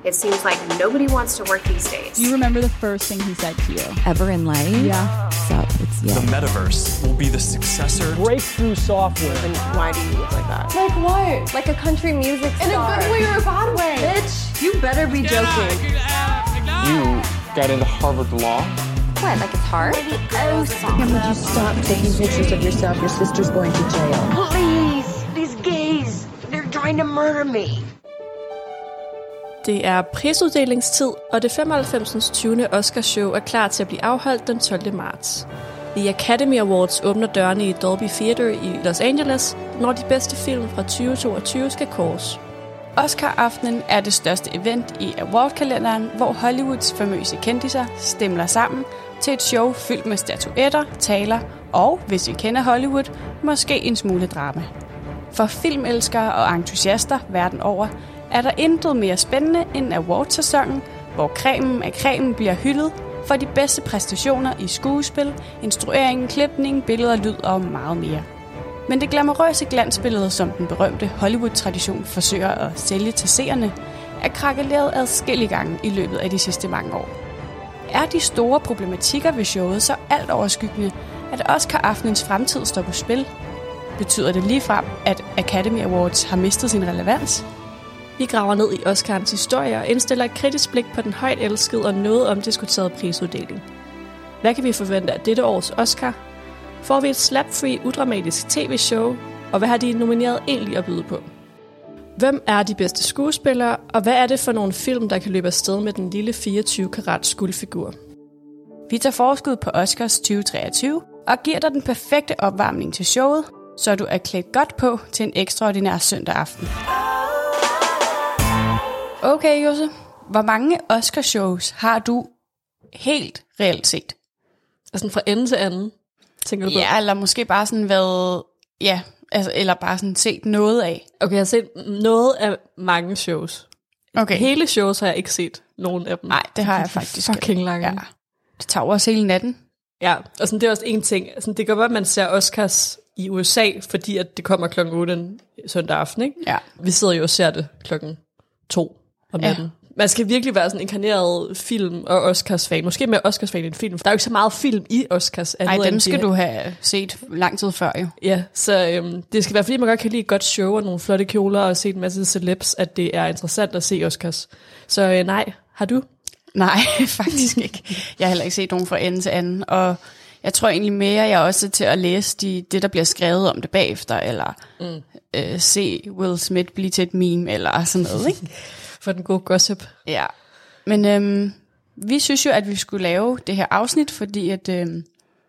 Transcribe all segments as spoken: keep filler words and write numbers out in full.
It seems like nobody wants to work these days. Do you remember the first thing he said to you? Ever in life? Yeah. What's up? It's yeah. The metaverse will be the successor. Breakthrough software. And why do you look like that? Like what? Like a country music star. In a good way or a bad way? Bitch, you better be joking. You got into Harvard Law? What, like it's hard? Oh, Would you stop taking pictures of yourself? Your sister's going to jail. Please, these gays, they're trying to murder me. Det er prisuddelingstid, og det femoghalvfemsindstyvende tyvende Oscarshow er klar til at blive afholdt den tolvte marts. The Academy Awards åbner dørene i Dolby Theater i Los Angeles, når de bedste film fra tyve toogtyve skal kåres. Oscar-aftenen er det største event i awardkalenderen, hvor Hollywoods famøse kendiser stemler sammen til et show fyldt med statuetter, taler og, hvis I kender Hollywood, måske en smule drama. For filmelskere og entusiaster verden over er der intet mere spændende end awardsæsonen, hvor cremen af cremen bliver hyldet for de bedste præstationer i skuespil, instruering, klipning, billeder, lyd og meget mere. Men det glamourøse glansbillede, som den berømte Hollywood-tradition forsøger at sælge til seerne, er krakeleret adskillige gange i løbet af de sidste mange år. Er de store problematikker ved showet så alt overskyggende, at Oscar-aftenens fremtid står på spil? Betyder det ligefrem, at Academy Awards har mistet sin relevans? Vi graver ned i Oscarens historie og indstiller et kritisk blik på den højt elskede og noget omdiskuterede prisuddeling. Hvad kan vi forvente af dette års Oscar? Får vi et slap-free, udramatisk tv-show? Og hvad har de nomineret egentlig at byde på? Hvem er de bedste skuespillere, og hvad er det for nogle film, der kan løbe afsted med den lille fireogtyve karats guldfigur? Vi tager forskud på Oscars tyve treogtyve og giver dig den perfekte opvarmning til showet, så du er klædt godt på til en ekstraordinær søndag aften. Okay, Jose. Hvor mange Oscar-shows har du helt reelt set? Altså fra ende til anden, tænker du på? Ja, eller måske bare sådan været... Ja, altså, eller bare sådan set noget af. Okay, jeg har set noget af mange shows. Okay. Hele shows har jeg ikke set nogen af dem. Nej, det har jeg faktisk. Fucking lange. Ja. Det tager også hele natten. Ja, og sådan, det er også en ting. Altså, det kan godt, at man ser Oscars i U S A, fordi at det kommer klokken otte søndag aften, ikke? Ja. Vi sidder jo og ser det klokken to om natten. Ja. Man skal virkelig være sådan en inkarneret film- og Oscars-fan. Måske mere Oscars-fan end film. Der er jo ikke så meget film i Oscars. Nej, dem skal de du have set lang tid før jo. Ja, så øhm, det skal være, fordi man godt kan lide et godt show og nogle flotte kjoler og se en masse celebs, at det er interessant at se Oscars. Så øh, nej, har du? Nej, faktisk ikke. Jeg har heller ikke set nogen fra ende til anden, og jeg tror egentlig mere, jeg er også til at læse de, det, der bliver skrevet om det bagefter, eller mm. øh, se Will Smith blive til et meme, eller sådan noget, ikke? For den gode gossip. Ja, men øhm, vi synes jo, at vi skulle lave det her afsnit, fordi at øhm,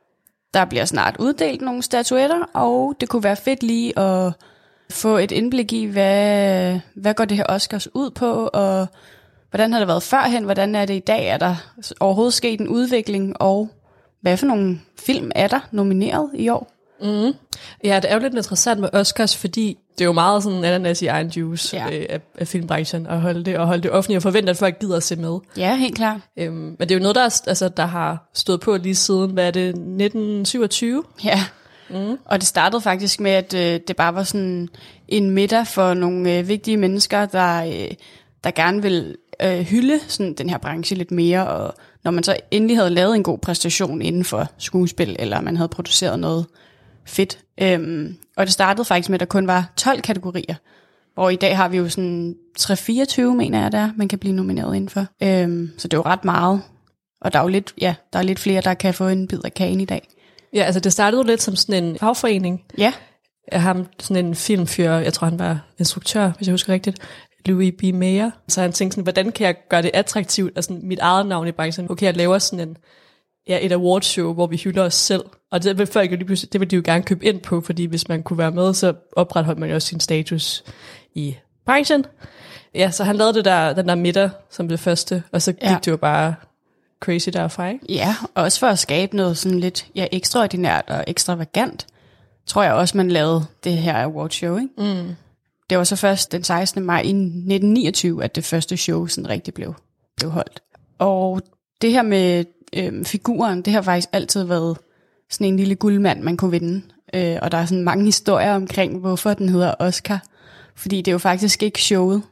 der bliver snart uddelt nogle statuetter, og det kunne være fedt lige at få et indblik i, hvad, hvad går det her Oscars ud på, og hvordan har det været førhen, hvordan er det i dag, er der overhovedet sket en udvikling, og hvad for nogle film er der nomineret i år? Mm. Ja, det er jo lidt interessant med Oscars, fordi det er jo meget sådan ananas i egen juice ja. øh, af, af filmbranchen at holde det, og holde det offentligt og forvente, at folk gider at se med. Ja, helt klart. Øhm, men det er jo noget, der, er, altså, der har stået på lige siden, hvad er det, nitten syvogtyve? Ja, mm. Og det startede faktisk med, at øh, det bare var sådan en middag for nogle øh, vigtige mennesker, der, øh, der gerne vil øh, hylde sådan, den her branche lidt mere, og når man så endelig havde lavet en god præstation inden for skuespil, eller man havde produceret noget fedt. Øhm, og det startede faktisk med, at der kun var tolv kategorier, hvor i dag har vi jo sådan tre fireogtyve, mener jeg, der man kan blive nomineret indenfor. Øhm, så det er jo ret meget. Og der er jo lidt, ja, der er lidt flere, der kan få en bid af kagen i dag. Ja, altså det startede jo lidt som sådan en fagforening. Ja. Jeg har sådan en filmfyr, jeg tror han var instruktør, hvis jeg husker rigtigt, Louis B. Mayer. Så han tænkte sådan, hvordan kan jeg gøre det attraktivt, altså mit eget navn i branchen. Okay, jeg laver sådan en ja, et awardshow, hvor vi hylder os selv. Og det vil folk jo lige pludselig, det vil de jo gerne købe ind på, fordi hvis man kunne være med, så opretholdt man jo også sin status i branchen. Ja, så han lavede det der, den der middag som det første, og så gik ja. det jo bare crazy derfra, ikke? Ja, også for at skabe noget sådan lidt ja, ekstraordinært og ekstravagant, tror jeg også, man lavede det her awardshow, ikke? Mm. Det var så først den sekstende maj i nitten niogtyve, at det første show sådan rigtig blev, blev holdt. Og det her med øhm, figuren, det har faktisk altid været sådan en lille guldmand, man kunne vinde. Øh, og der er sådan mange historier omkring, hvorfor den hedder Oscar. Fordi det er jo faktisk ikke showet,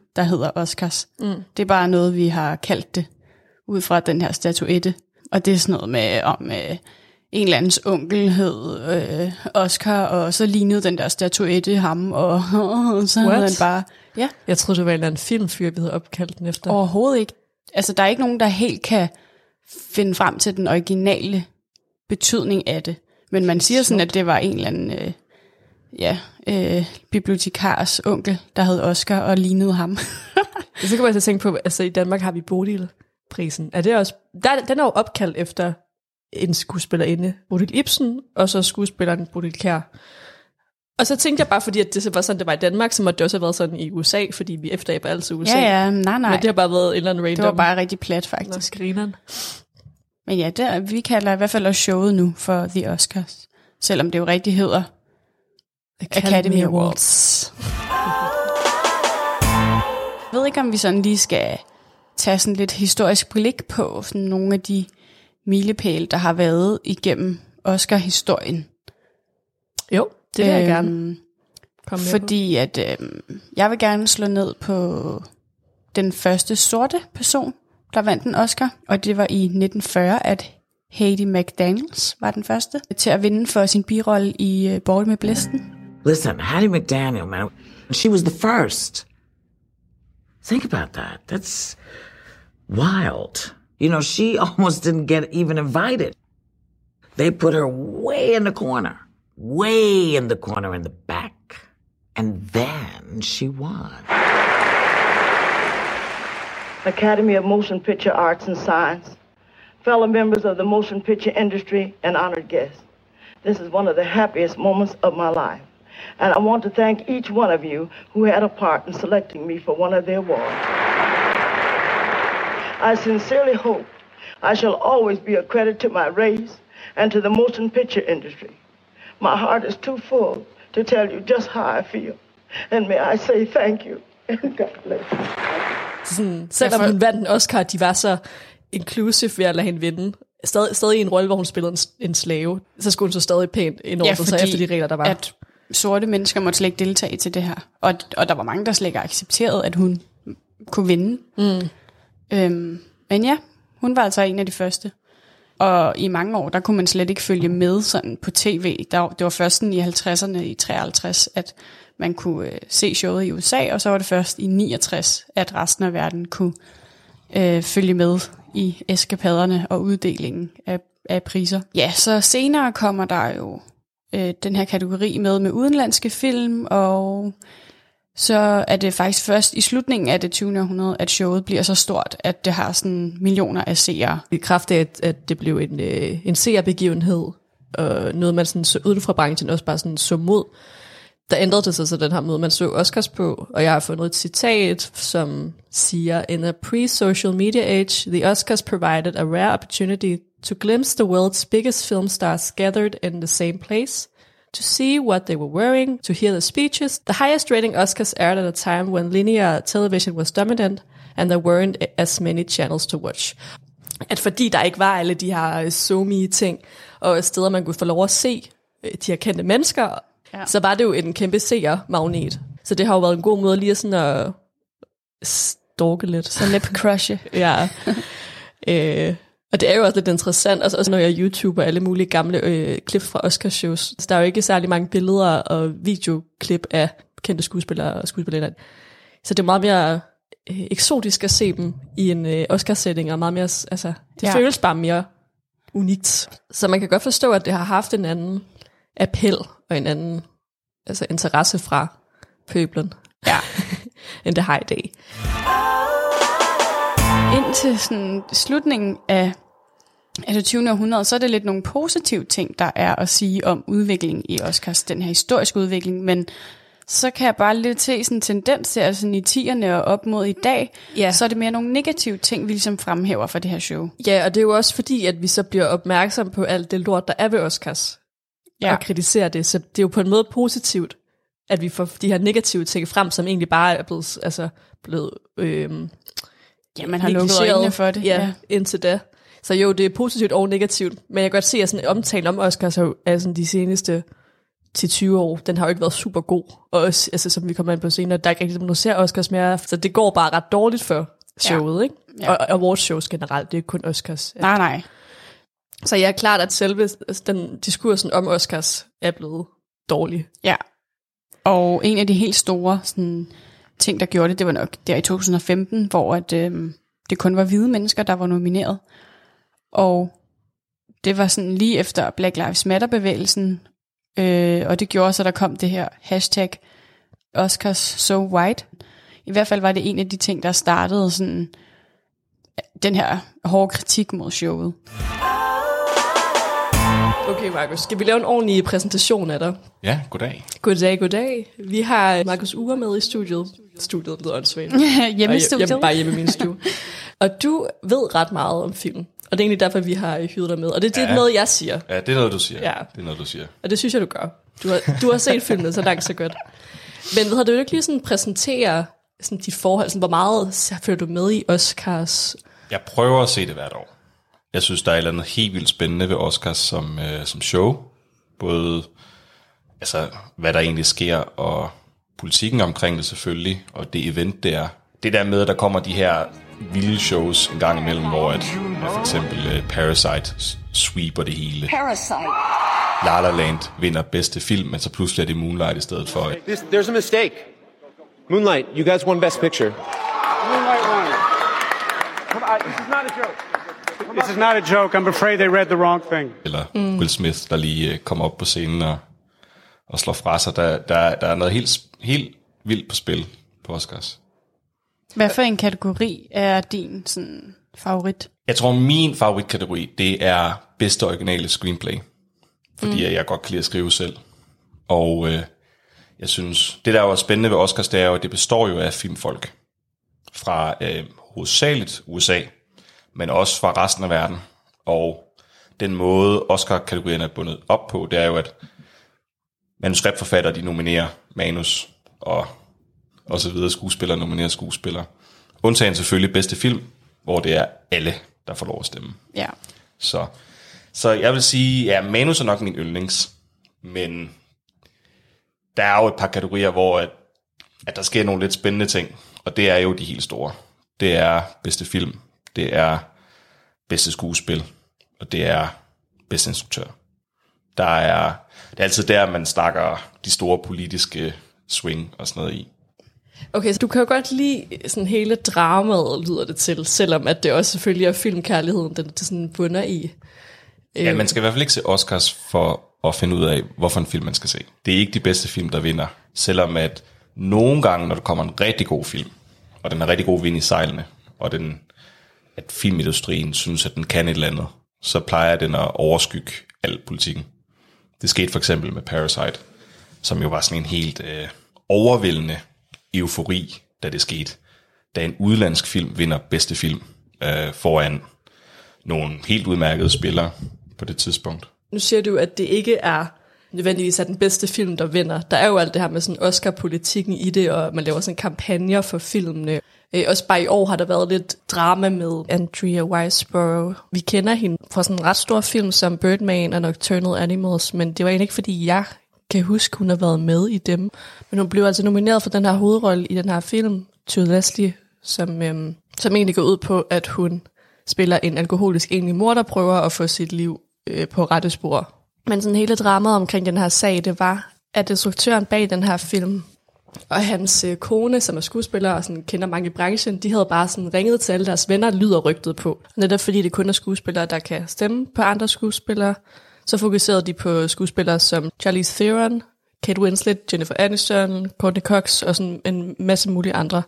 der hedder Oscars. Mm. Det er bare noget, vi har kaldt det, ud fra den her statuette. Og det er sådan noget med, om øh, en eller andens onkel hed øh, Oscar, og så lignede den der statuette ham, og, og så What? havde han bare... Ja. Jeg troede, det var en eller anden filmfyr, vi havde opkaldt den efter. Overhovedet ikke. Altså, der er ikke nogen, der helt kan finde frem til den originale betydning af det. Men man siger sådan, at det var en eller anden øh, ja, øh, bibliotekars onkel, der hed Oscar og lignede ham. Så kan man så tænke på, altså i Danmark har vi Bodil-prisen. Er det også, der, den er jo opkaldt efter en skuespillerinde, Bodil Ibsen, og så skuespilleren Bodil Kjær. Og så tænkte jeg bare, fordi at det var sådan, det var i Danmark, så måtte det også have været sådan i U S A, fordi vi efteræber altid U S A. Ja, ja, nej, nej. Men det har bare været en eller anden random. Det var bare rigtig plat, faktisk. Grineren. Men ja, det, vi kalder i hvert fald også showet nu for The Oscars. Selvom det jo rigtig hedder Academy, Academy Awards. Jeg ved ikke, om vi sådan lige skal tage sådan lidt historisk blik på sådan nogle af de milepæle, der har været igennem Oscar-historien. Jo, det vil øhm, jeg gerne komme med Fordi på. at øhm, jeg vil gerne slå ned på den første sorte person, der vandt en Oscar. Og det var i nitten fyrre, at Hattie McDaniels var den første til at vinde for sin birolle i uh, Borte med Blæsten. Listen, Hattie McDaniel, man, she was the first. Think about that. That's wild. You know, she almost didn't get even invited. They put her way in the corner, way in the corner in the back. And then she won. Academy of Motion Picture Arts and Science, fellow members of the motion picture industry, and honored guests. This is one of the happiest moments of my life. And I want to thank each one of you who had a part in selecting me for one of the awards. I sincerely hope I shall always be a credit to my race and to the motion picture industry. My heart is too full to tell you just how I feel. And may I say thank you. God bless you. Sådan, selvom hun vandt en Oscar, de var så inclusive ved at lade hende vinde. Stadig, stadig i en rolle, hvor hun spillede en, en slave. Så skulle hun så stadig pænt indordne ja, sig efter de regler, der var. At sorte mennesker måtte slet ikke deltage til det her. Og, og der var mange, der slet ikke accepterede, at hun kunne vinde. Mm. Øhm, men ja, hun var altså en af de første. Og i mange år, der kunne man slet ikke følge med sådan på tv. Der, det var først i halvtredserne, i treoghalvtreds, at man kunne øh, se showet i U S A, og så var det først i niogtres, at resten af verden kunne øh, følge med i eskapaderne og uddelingen af, af priser. Ja, så senere kommer der jo øh, den her kategori med med udenlandske film, og så er det faktisk først i slutningen af det tyvende århundrede, at showet bliver så stort, at det har sådan millioner af seere. I kraft af, at, at det blev en, øh, en seerbegivenhed, og noget man sådan så uden fra branchen også bare sådan så mod, der ændrede det sig så den her måde, man så Oscars på, og jeg har fundet et citat, som siger, in a pre-social media age, the Oscars provided a rare opportunity to glimpse the world's biggest film stars gathered in the same place, to see what they were wearing, to hear the speeches. The highest rating Oscars aired at a time when linear television was dominant, and there weren't as many channels to watch. At fordi der ikke var alle de her somi ting, og steder, man kunne få lov at se de her kendte mennesker, ja. Så var det jo en kæmpe seermagnet. Så det har jo været en god måde lige sådan at stalke lidt. Så lip crushe. Ja. øh, og det er jo også lidt interessant, altså også når jeg YouTuber alle mulige gamle øh, klip fra Oscarshows. Så der er jo ikke særlig mange billeder og videoklip af kendte skuespillere og skuespillere. Så det er meget mere øh, eksotisk at se dem i en øh, Oscar-setting, og meget mere, altså, det ja. føles bare mere unikt. Så man kan godt forstå, at det har haft en anden appel og en anden altså interesse fra pøblen, ja. end det har i dag. Indtil sådan slutningen af, af det tyvende århundrede, så er det lidt nogle positive ting, der er at sige om udviklingen i Oscars, den her historiske udvikling, men så kan jeg bare lidt se sådan en tendens til, altså i tierne og op mod i dag, ja. Så er det mere nogle negative ting, vi ligesom fremhæver for det her show. Ja, og det er jo også fordi, at vi så bliver opmærksom på alt det lort, der er ved Oscars, ja. Og kritiserer det, så det er jo på en måde positivt, at vi får de her negative ting frem, som egentlig bare er blevet, altså blevet øhm, ja, man har lukket øjnene for det. Ja, ja, indtil da. Så jo, det er positivt og negativt, men jeg kan godt se, at sådan en omtale om Oscars er sådan de seneste til tyve år, den har jo ikke været super god. Og også, altså, som vi kommer ind på senere, der er ikke rigtig nogen, der ser Oscars mere. Så det går bare ret dårligt for showet, ja. Ikke? Ja. Og awardshows generelt, det er kun Oscars. Nej, nej. Så jeg er klart, at selve altså, den diskursen om Oscars er blevet dårlig. Ja. Og en af de helt store sådan, ting, der gjorde det, det var nok der i to tusind og femten, hvor at, øhm, det kun var hvide mennesker, der var nomineret. Og det var sådan lige efter Black Lives Matter-bevægelsen, øh, og det gjorde så, der kom det her hashtag Oscars so white. I hvert fald var det en af de ting, der startede sådan, den her hårde kritik mod showet. Okay, Markus, skal vi lave en ordentlig præsentation af dig? Ja, goddag. Goddag, goddag. Vi har Markus Ure med i studiet. Studiet lyder åndssvagt. Hjemme i studiet. Hjemme, bare hjemme i min stue. Og du ved ret meget om film. Og det er egentlig derfor, vi har hyret dig med. Og det, det er ja. noget, jeg siger. Ja, det er noget, du siger. Ja. Det er noget, du siger. Og det synes jeg, du gør. Du har, du har set filmen så langt, så godt. Men ved du ikke lige sådan præsentere sådan dit forhold? Sådan, hvor meget følger du med i Oscars? Jeg prøver at se det hvert år. Jeg synes, der er et eller andet helt vildt spændende ved Oscars som, øh, som show. Både altså, hvad der egentlig sker, og politikken omkring det selvfølgelig, og det event der. Det der med, at der kommer de her vilde shows en gang imellem, hvor at, for eksempel uh, Parasite sweeper det hele. Parasite. La La Land vinder bedste film, men så pludselig er det Moonlight i stedet for. This, there's a mistake. Moonlight, you guys won Best Picture. Moonlight won. Come on, this is not a joke. This is not a joke. I'm afraid they read the wrong thing. Eller mm. Will Smith, der lige uh, kommer op på scenen og, og slår fra sig. Der, der, der er noget helt, helt vildt på spil på Oscars. Hvad for en kategori er din sådan, favorit? Jeg tror, min favoritkategori, det er bedste originale screenplay. Fordi mm. jeg godt kan lide at skrive selv. Og øh, jeg synes, det der er spændende ved Oscars, det er jo, at det består jo af filmfolk. Fra øh, hovedsageligt U S A, men også fra resten af verden. Og den måde Oscar-kategorierne er bundet op på, det er jo, at manuskriptforfattere, de nominerer manus, og og så videre, skuespillere nominerer skuespillere. Undtagen selvfølgelig bedste film, hvor det er alle, der får lov at stemme. Ja. Så, så jeg vil sige, ja, manus er nok min yndlings, men der er jo et par kategorier, hvor at, at der sker nogle lidt spændende ting, og det er jo de helt store. Det er bedste film, det er bedste skuespil, og det er bedste instruktør. Der er, det er altid der, man snakker de store politiske swing og sådan noget i. Okay, så du kan jo godt lide sådan hele dramaet, lyder det til, selvom at det også selvfølgelig er filmkærligheden, den det sådan bunder i. Ja, man skal i hvert fald ikke se Oscars for at finde ud af, hvorfor en film man skal se. Det er ikke de bedste film, der vinder. Selvom at nogle gange, når der kommer en rigtig god film, og den har rigtig god vind i sejlene, og den, at filmindustrien synes, at den kan et eller andet, så plejer den at overskygge al politikken. Det skete for eksempel med Parasite, som jo var sådan en helt øh, overvældende eufori, da det skete. Da en udenlandsk film vinder bedste film øh, foran nogle helt udmærkede spillere på det tidspunkt. Nu siger du, at det ikke er nødvendigvis er den bedste film, der vinder. Der er jo alt det her med sådan Oscar-politikken i det, og man laver sådan kampagner for filmene. Øh, også bare i år har der været lidt drama med Andrea Riseborough. Vi kender hende fra sådan en ret stor film som Birdman og Nocturnal Animals, men det var egentlig ikke, fordi jeg kan huske, hun har været med i dem. Men hun blev altså nomineret for den her hovedrolle i den her film, To Leslie, som, øhm, som egentlig går ud på, at hun spiller en alkoholisk enlig mor, der prøver at få sit liv øh, på rette spor. Men sådan hele dramaet omkring den her sag, det var, at instruktøren bag den her film og hans øh, kone, som er skuespiller og sådan, kender mange i branchen, de havde bare sådan ringet til alle deres venner, lyder rygtet på. Netop fordi det kun er skuespillere, der kan stemme på andre skuespillere, så fokuserede de på skuespillere som Charlize Theron, Kate Winslet, Jennifer Aniston, Courtney Cox og sådan en masse mulige andre.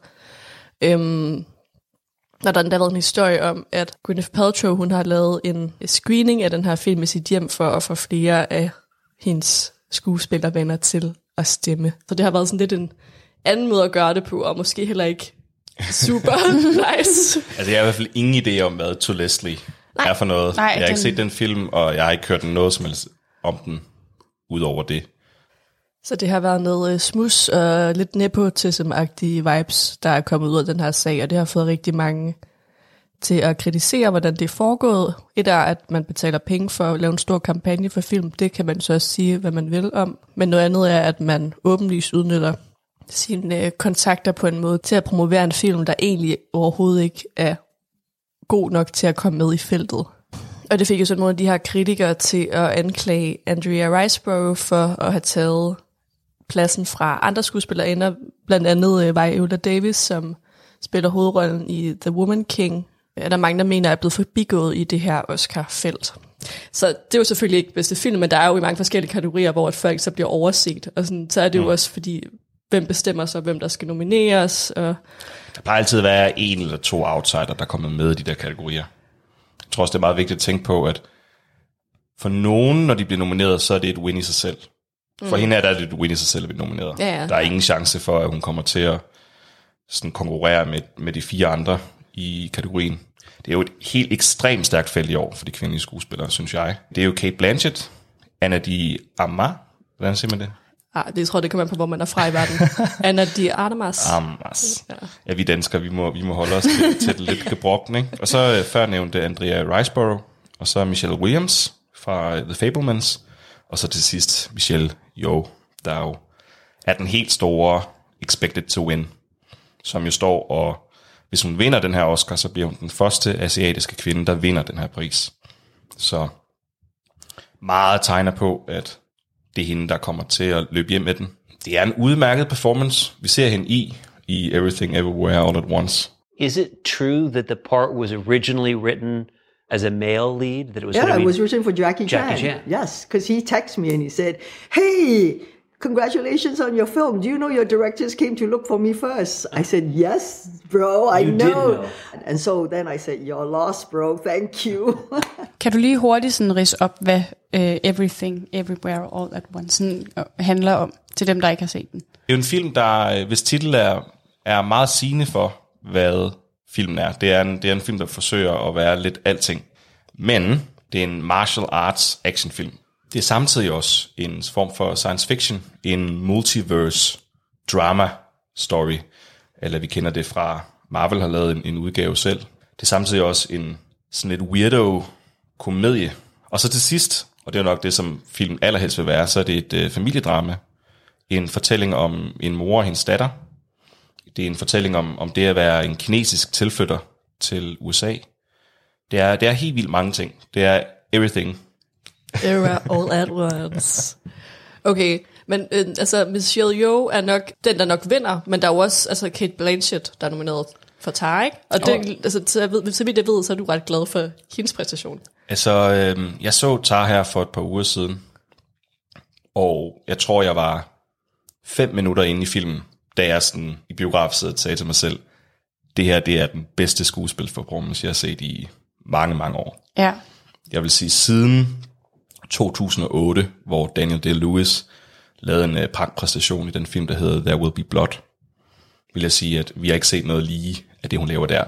Øhm, og der er endda været en historie om, at Gwyneth Paltrow, hun har lavet en screening af den her film i sit hjem for at få flere af hendes skuespillervenner til at stemme. Så det har været sådan lidt en anden måde at gøre det på, og måske heller ikke super nice. Altså jeg har i hvert fald ingen idé om, hvad To Leslie Nej. er for noget. Nej, jeg har den... ikke set den film, og jeg har ikke hørt noget som helst om den, ud over det. Så det har været noget smus og lidt nepotism-agtige vibes, der er kommet ud af den her sag, og det har fået rigtig mange til at kritisere, hvordan det er foregået. Et er, at man betaler penge for at lave en stor kampagne for film. Det kan man så også sige, hvad man vil om. Men noget andet er, at man åbenlyst udnytter sine øh, kontakter på en måde til at promovere en film, der egentlig overhovedet ikke er god nok til at komme med i feltet. Og det fik jo sådan nogle af de her kritikere til at anklage Andrea Riseborough for at have taget pladsen fra andre skuespillerinder, blandt andet øh, Viola Davis, som spiller hovedrollen i The Woman King. Er der mange, der mener, er blevet forbigået i det her Oscar-felt. Så det er jo selvfølgelig ikke bedste film, men der er jo i mange forskellige kategorier, hvor folk så bliver overset. Og sådan, så er det jo mm. også fordi, hvem bestemmer så, hvem der skal nomineres. Og der plejer altid at være en eller to outsider, der er kommet med i de der kategorier. Jeg tror også, det er meget vigtigt at tænke på, at for nogen, når de bliver nomineret, så er det et win i sig selv. For mm. hende er det et win i sig selv at blive nomineret. Ja, ja. Der er ingen chance for, at hun kommer til at sådan konkurrere med, med de fire andre i kategorien. Det er jo et helt ekstremt stærkt felt i år for de kvindelige skuespillere, synes jeg. Det er jo Cate Blanchett, Ana de Armas, hvordan siger man det? Ah, det tror jeg, det kommer an på, hvor man er fra i verden. Ana de Armas. Armas. Ja. ja, vi danskere, vi må, vi må holde os til, til det lidt gebrokken, ikke? Og så uh, før nævnte Andrea Riseborough, og så Michelle Williams fra The Fabelmans, og så til sidst Michelle Yeoh, der jo er den helt store expected to win, som jo står, og hvis hun vinder den her Oscar, så bliver hun den første asiatiske kvinde, der vinder den her pris. Så meget tegner på, at det er hende, der kommer til at løbe hjem med den. Det er en udmærket performance, vi ser hende i, i Everything Everywhere All at Once. Is it true that the part was originally written as a male lead? That it was yeah, it was written for Jackie Chan. Jackie Chan. Yes, because he texted me and he said, hey, congratulations on your film. Do you know your directors came to look for me first? I said, yes, bro, I you know. Did know. And so then I said, you're lost, bro. Thank you. Kan du lige hurtigt sådan ridse op, hvad uh, Everything, Everywhere, All at Once sådan, uh, handler om, til dem, der ikke har set den? Det er jo en film, der, hvis titel er, er meget sigende for, hvad filmen er. Det er, en, det er en film, der forsøger at være lidt alting. Men det er en martial arts actionfilm. Det er samtidig også en form for science fiction, en multiverse drama story, eller vi kender det fra Marvel har lavet en, en udgave selv. Det er samtidig også en sådan lidt weirdo komedie. Og så til sidst, og det er nok det, som filmen allerhelst vil være, så er det et øh, familiedrama. En fortælling om en mor og hendes datter. Det er en fortælling om, om det at være en kinesisk tilflytter til U S A. Det er, det er helt vildt mange ting. Det er everything. Everywhere all at once. Okay, men øh, altså Michelle Yeoh er nok den, der nok vinder, men der er jo også altså Cate Blanchett, der er nomineret for Tar, ikke? Og det, oh. altså, så, jeg ved, så vidt jeg ved, så er du ret glad for hendes præstation. Altså, øh, jeg så Tar her for et par uger siden, og jeg tror, jeg var fem minutter inde i filmen, da jeg sådan i biografsædet sagde til mig selv, det her, det er den bedste skuespilperformance, jeg har set i mange, mange år. Ja. Jeg vil sige, siden to tusind og otte, hvor Daniel Day-Lewis lavede en uh, pragtpræstation i den film, der hedder There Will Be Blood, vil jeg sige, at vi har ikke set noget lige af det, hun laver der.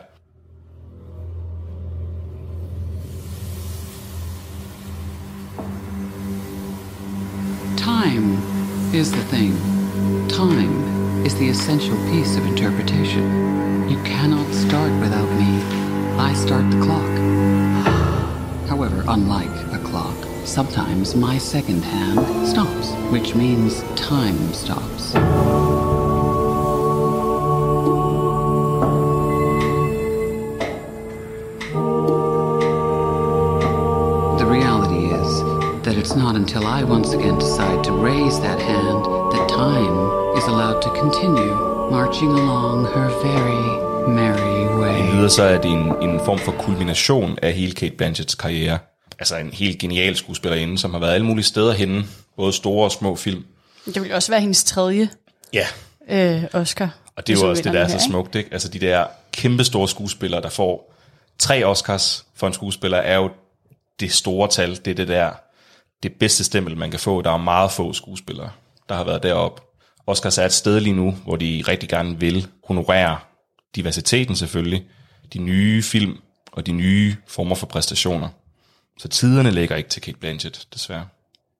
Time is the thing. Time is the essential piece of interpretation. You cannot start without me. I start the clock. However, unlike a clock, sometimes my second hand stops, which means time stops. The reality is that it's not until I once again decide to raise that hand that time is allowed to continue marching along her very merry way. Det lyder så, at det er en, en form for kulmination af hele Cate Blanchetts karriere. Altså en helt genial skuespillerinde, som har været alle mulige steder henne, både store og små film. Det vil også være hendes tredje ja. øh, Oscar. Og det er jo også det, der er så smukt, ikke? Altså de der kæmpe store skuespillere, der får tre Oscars for en skuespiller, er jo det store tal. Det er det der, det bedste stempel, man kan få. Der er meget få skuespillere, der har været deroppe. Oscars er et sted lige nu, hvor de rigtig gerne vil honorere diversiteten selvfølgelig, de nye film og de nye former for præstationer. Så tiderne ligger ikke til Cate Blanchett, desværre.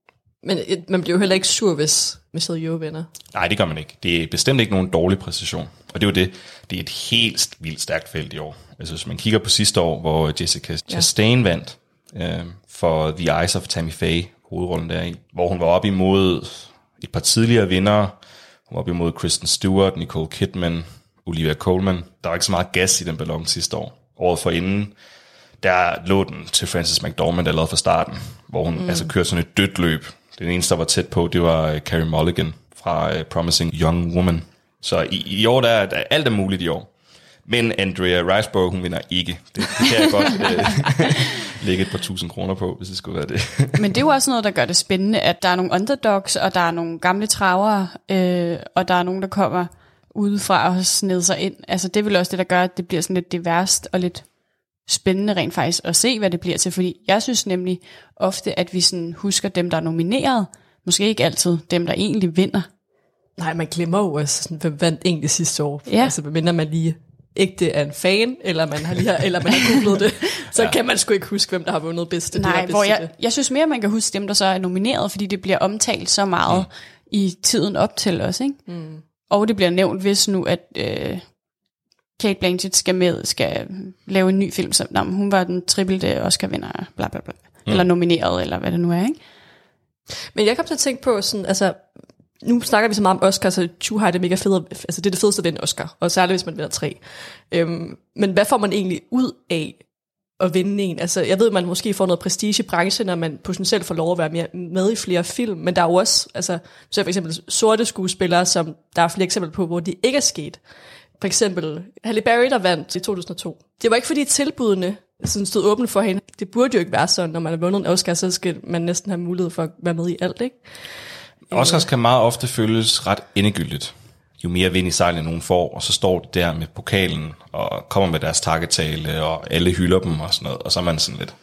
Men et, man bliver jo heller ikke sur, hvis Michelle Yeoh vinder. Nej, det gør man ikke. Det er bestemt ikke nogen dårlig præcision. Og det er jo det. Det er et helt vildt stærkt felt i år. Altså, hvis man kigger på sidste år, hvor Jessica Chastain ja. vandt øh, for The Eyes of Tammy Faye, hovedrollen deri, hvor hun var op imod et par tidligere vindere. Hun var op imod Kristen Stewart, Nicole Kidman, Olivia Colman. Der var ikke så meget gas i den ballon sidste år. Året forinden, der lå den til Frances McDormand allerede fra starten, hvor hun mm. altså kørte sådan et dødt løb. Den eneste, der var tæt på, det var Carey Mulligan fra uh, Promising Young Woman. Så i, i år, der er der, alt er muligt i år. Men Andrea Riseborough, hun vinder ikke. Det, det kan jeg godt uh, lægge et par tusind kroner på, hvis det skulle være det. Men det er jo også noget, der gør det spændende, at der er nogle underdogs, og der er nogle gamle travere, øh, og der er nogen, der kommer udefra og sned sig ind. Altså det er vel også det, der gør, at det bliver sådan lidt diverst og lidt spændende rent faktisk at se, hvad det bliver til. Fordi jeg synes nemlig ofte, at vi sådan husker dem, der er nomineret. Måske ikke altid dem, der egentlig vinder. Nej, man glemmer jo også, sådan, hvem vandt egentlig sidste år. Ja. Altså, medmindre man lige ikke er en fan, eller man har, lige har, eller man har googlet det, så ja. kan man sgu ikke huske, hvem der har vundet bedste. Nej, bedste hvor jeg, jeg synes mere, man kan huske dem, der så er nomineret, fordi det bliver omtalt så meget mm. i tiden op til os, ikke? Mm. Og det bliver nævnt, hvis nu, at øh, Cate Blanchett skal med, skal lave en ny film, så nej, hun var den trippelte Oscar-vinder, bla bla bla, mm. eller nomineret, eller hvad det nu er, ikke? Men jeg kom til at tænke på, sådan, altså, nu snakker vi så meget om Oscar, så Tju har det mega fedt, altså det er det fedeste at vinde Oscar, og særligt hvis man vinder tre. Øhm, men hvad får man egentlig ud af at vinde en? Altså, jeg ved, man måske får noget prestige i branchen, når man potentielt får lov at være mere med i flere film, men der er jo også, altså, så for eksempel sorte skuespillere, som der er flere eksempler på, hvor det ikke er sket. For eksempel Halle Berry, der vandt i to tusind og to. Det var ikke fordi tilbudene sådan stod åbent for hende. Det burde jo ikke være sådan, når man har vundet en Oscar, så skal man næsten have mulighed for at være med i alt, ikke? Oscars kan meget ofte føles ret endegyldigt. Jo mere vind i sejlen nogen får, og så står de der med pokalen og kommer med deres takketale, og alle hylder dem og sådan noget, og så er man sådan lidt,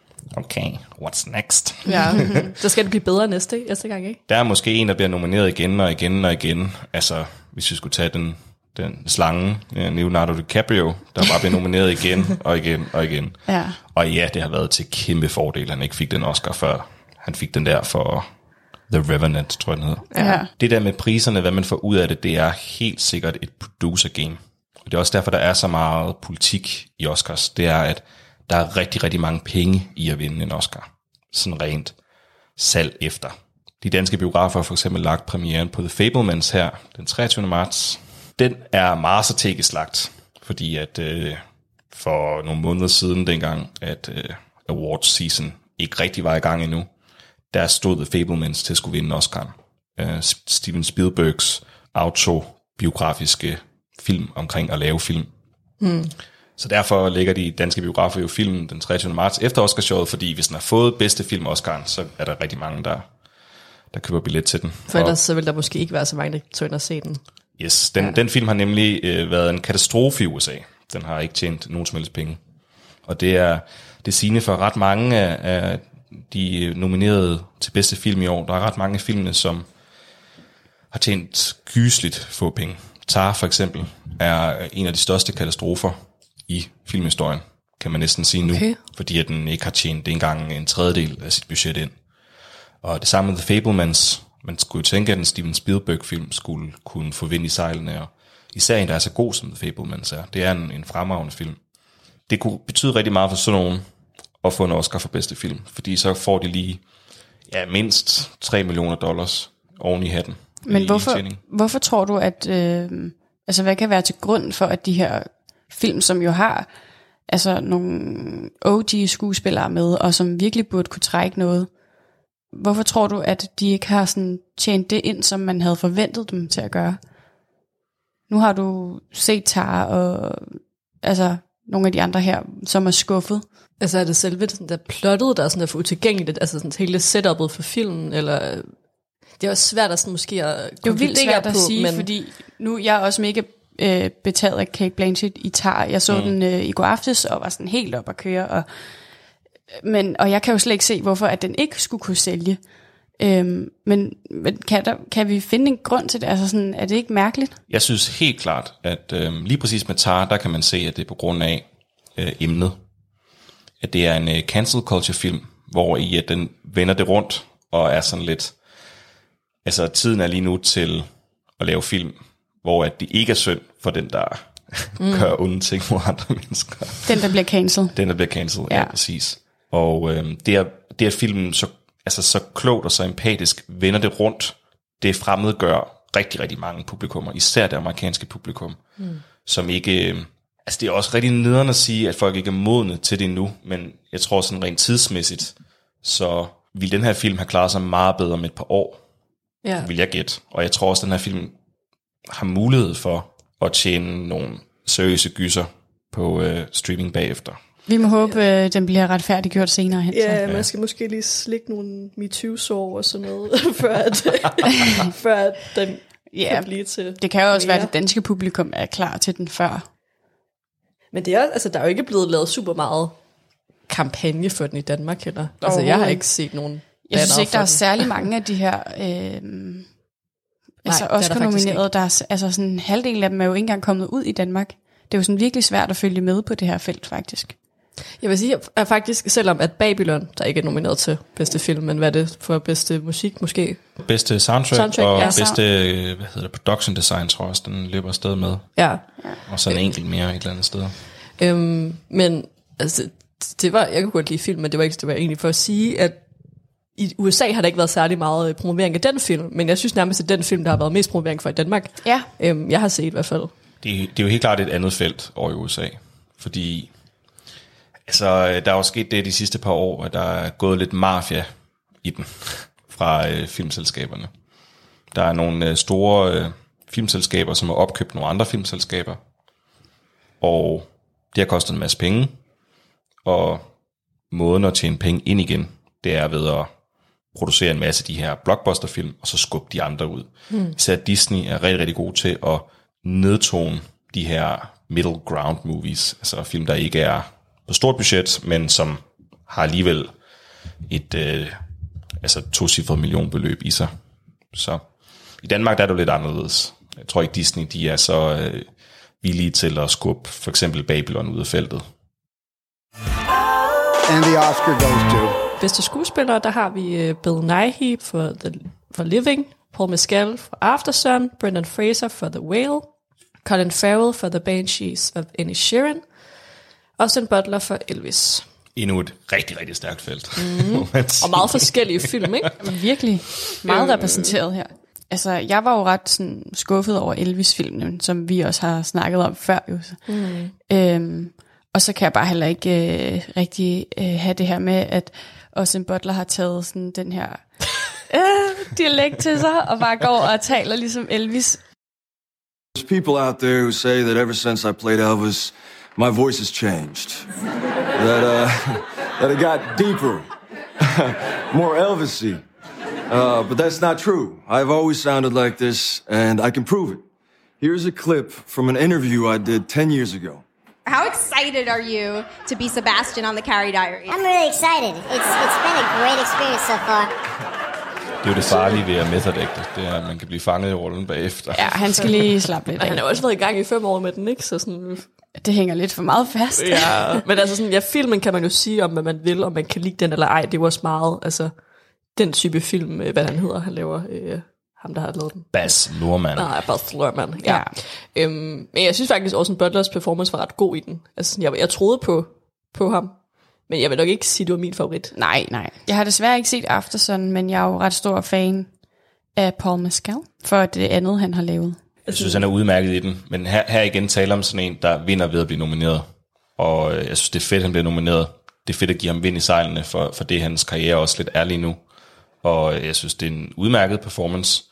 okay, what's next? Ja, så skal det blive bedre næste, næste gang, ikke? Der er måske en, der bliver nomineret igen og igen og igen. Altså, hvis vi skulle tage den, den slange, Leonardo DiCaprio, der bare bliver nomineret igen og igen og igen. Ja. Og ja, det har været til kæmpe fordel, at han ikke fik den Oscar før. Han fik den der for The Revenant, tror jeg den hedder. Ja. Det der med priserne, hvad man får ud af det, det er helt sikkert et producer game. Og det er også derfor, der er så meget politik i Oscars. Det er, at der er rigtig, rigtig mange penge i at vinde en Oscar. Sådan rent salg efter. De danske biografer har for eksempel lagt premieren på The Fabelmans her den treogtyvende marts. Den er meget strategisk lagt, fordi at øh, for nogle måneder siden, dengang at øh, awards season ikke rigtig var i gang endnu, der stod The Fabelmans til at skulle vinde Oscar. Uh, Steven Spielbergs autobiografiske film omkring at lave film. Mm. Så derfor lægger de danske biografer jo filmen den treogtyvende marts efter Oscarshowet, fordi hvis den har fået bedste film Oscar, så er der rigtig mange, der, der køber billet til den. For ellers så vil der måske ikke være så mange, der tør ind og se den. Yes, den, ja. den film har nemlig øh, været en katastrofe i U S A. Den har ikke tjent nogen som helst penge. Og det er det sigende for ret mange af, af de nominerede til bedste film i år. Der er ret mange af filmene, som har tjent gysligt få penge. Tar for eksempel er en af de største katastrofer i filmhistorien, kan man næsten sige nu, okay. fordi at den ikke har tjent engang en tredjedel af sit budget ind. Og det samme med The Fabelmans. Man skulle jo tænke, at en Steven Spielberg-film skulle kunne få vind i sejlene, og især en, der er så god som The Fabelmans er. Det er en, en fremragende film. Det kunne betyde rigtig meget for sådan nogen at få en Oscar for bedste film, fordi så får de lige ja, mindst tre millioner dollars oven i hatten. Men hvorfor, hvorfor tror du, at øh, altså hvad kan være til grund for, at de her film, som jo har altså nogle O G skuespillere med, og som virkelig burde kunne trække noget, hvorfor tror du, at de ikke har sådan tjent det ind, som man havde forventet dem til at gøre? Nu har du set Tar og altså nogle af de andre her, som er skuffet. Altså er det selve sådan der plottet, der er sådan der for utilgængeligt, altså sådan hele setup'et for filmen, eller det er også svært at sådan måske at det er vildt svært at på, sige, men fordi nu jeg er også mega øh, betaget af Cate Blanchett i Tar. Jeg så mm. den øh, i går aftes og var sådan helt op at køre, og men og jeg kan jo slet ikke se, hvorfor at den ikke skulle kunne sælge. Øhm, men men kan, der, kan vi finde en grund til det? Altså sådan, er det ikke mærkeligt? Jeg synes helt klart, at øh, lige præcis med Tar, der kan man se, at det er på grund af øh, emnet. At det er en øh, cancel culture film, hvor i at den vender det rundt og er sådan lidt, altså tiden er lige nu til at lave film, hvor at det ikke er synd for den, der mm. gør onde ting mod andre mennesker. Den, der bliver cancelled. Den, der bliver cancelled, ja, ja præcis. Og øh, det, er, det er filmen så, altså, så klogt og så empatisk vender det rundt, det fremmedgør rigtig, rigtig mange publikummer, især det amerikanske publikum, mm. som ikke, øh, altså det er også rigtig nederen at sige, at folk ikke er modne til det nu, men jeg tror sådan rent tidsmæssigt, så vil den her film have klaret sig meget bedre om et par år, ja. vil jeg gætte. Og jeg tror også, at den her film har mulighed for at tjene nogle seriøse gyser på øh, streaming bagefter. Vi må håbe, ja. den bliver retfærdiggjort senere hen. Ja, man skal måske lige slikke nogle MeToo-sår og sådan noget, før at, før at den ja, kan blive til. Det kan jo også mere. være, at det danske publikum er klar til den før. Men det er, altså, der er jo ikke blevet lavet super meget kampagne for den i Danmark heller. Altså, jeg har ikke set nogen. Jeg synes ikke, der er særlig mange af de her øh, altså Oscar-nominerede, der er, altså sådan halvdelen af dem er jo ikke engang kommet ud i Danmark. Det er jo sådan virkelig svært at følge med på det her felt, faktisk. Jeg vil sige, at faktisk, selvom at Babylon, der ikke er nomineret til bedste film, men hvad er det for bedste musik måske? Bedste soundtrack, soundtrack og ja. bedste, hvad hedder det, production design, tror jeg også, den løber afsted med. Ja. Og så en enkelt mere et eller andet sted. Øhm, men altså, det var, jeg kunne godt lide film, men det var ikke det var egentlig for at sige, at i U S A har der ikke været særlig meget promovering af den film, men jeg synes nærmest, at den film, der har været mest promovering for i Danmark, ja. øhm, jeg har set i hvert fald. Det, det er jo helt klart et andet felt over i U S A, fordi altså, der er jo sket det de sidste par år, at der er gået lidt mafia i den fra øh, filmselskaberne. Der er nogle øh, store øh, filmselskaber, som har opkøbt nogle andre filmselskaber, og det har kostet en masse penge, og måden at tjene penge ind igen, det er ved at producere en masse af de her blockbusterfilm, og så skubbe de andre ud. Mm. Så Disney er rigtig, rigtig god til at nedtone de her middle ground movies, altså film, der ikke er på stort budget, men som har alligevel et øh, altså tocifret millionbeløb i sig. Så i Danmark der er det jo lidt anderledes. Jeg tror ikke Disney, de er så øh, villige til at skubbe for eksempel Babylon ud af feltet. And the Oscar goes to bedste skuespillere, der har vi uh, Bill Nighy for, The, for Living, Paul Mescal for Aftersun, Brendan Fraser for The Whale, Colin Farrell for The Banshees of Inisherin, Austin Butler for Elvis. Endnu et rigtig, rigtig stærkt felt. Mm. Og meget forskellige film, ikke? Virkelig meget repræsenteret her. Altså, jeg var jo ret sådan, skuffet over Elvis-filmen, som vi også har snakket om før. Jo. Mm. Øhm, og så kan jeg bare heller ikke øh, rigtig øh, have det her med, at Austin Butler har taget sådan den her øh, dialekt til sig, og bare går og taler ligesom Elvis. There's people out there who say that ever since I played Elvis, my voice has changed. That, uh, that it got deeper, more Elvis-y. Uh, but that's not true. I've always sounded like this, and I can prove it. Here's a clip from an interview I did ten years ago. How excited are you to be Sebastian on the Carrie Diaries? I'm really excited. It's it's been a great experience so far. Det er jo det farlige ved at method-ægte, det er, at man kan blive fanget i rollen bagefter. Ja, han skal lige slappe lidt af. Han har også været i gang i fem år med den, ikke? Så sådan... Det hænger lidt for meget fast. Ja, men altså sådan, ja, filmen kan man jo sige om, hvad man vil, om man kan lide den eller ej. Det er jo også meget, altså, den type film, hvad han hedder, han laver, øh, ham der har lavet den. Baz Luhrmann. Nej, Baz Luhrmann, ja. ja. Øhm, men jeg synes faktisk også, at Butlers performance var ret god i den. Altså, jeg, jeg troede på, på ham. Men jeg vil nok ikke sige, at det var min favorit. Nej, nej. Jeg har desværre ikke set Aftersun, men jeg er jo ret stor fan af Paul Mescal for det andet, han har lavet. Jeg synes, han er udmærket i den. Men her, her igen taler om sådan en, der vinder ved at blive nomineret. Og jeg synes, det er fedt, han bliver nomineret. Det er fedt at give ham vind i sejlene, for, for det hans karriere også lidt er lige nu. Og jeg synes, det er en udmærket performance.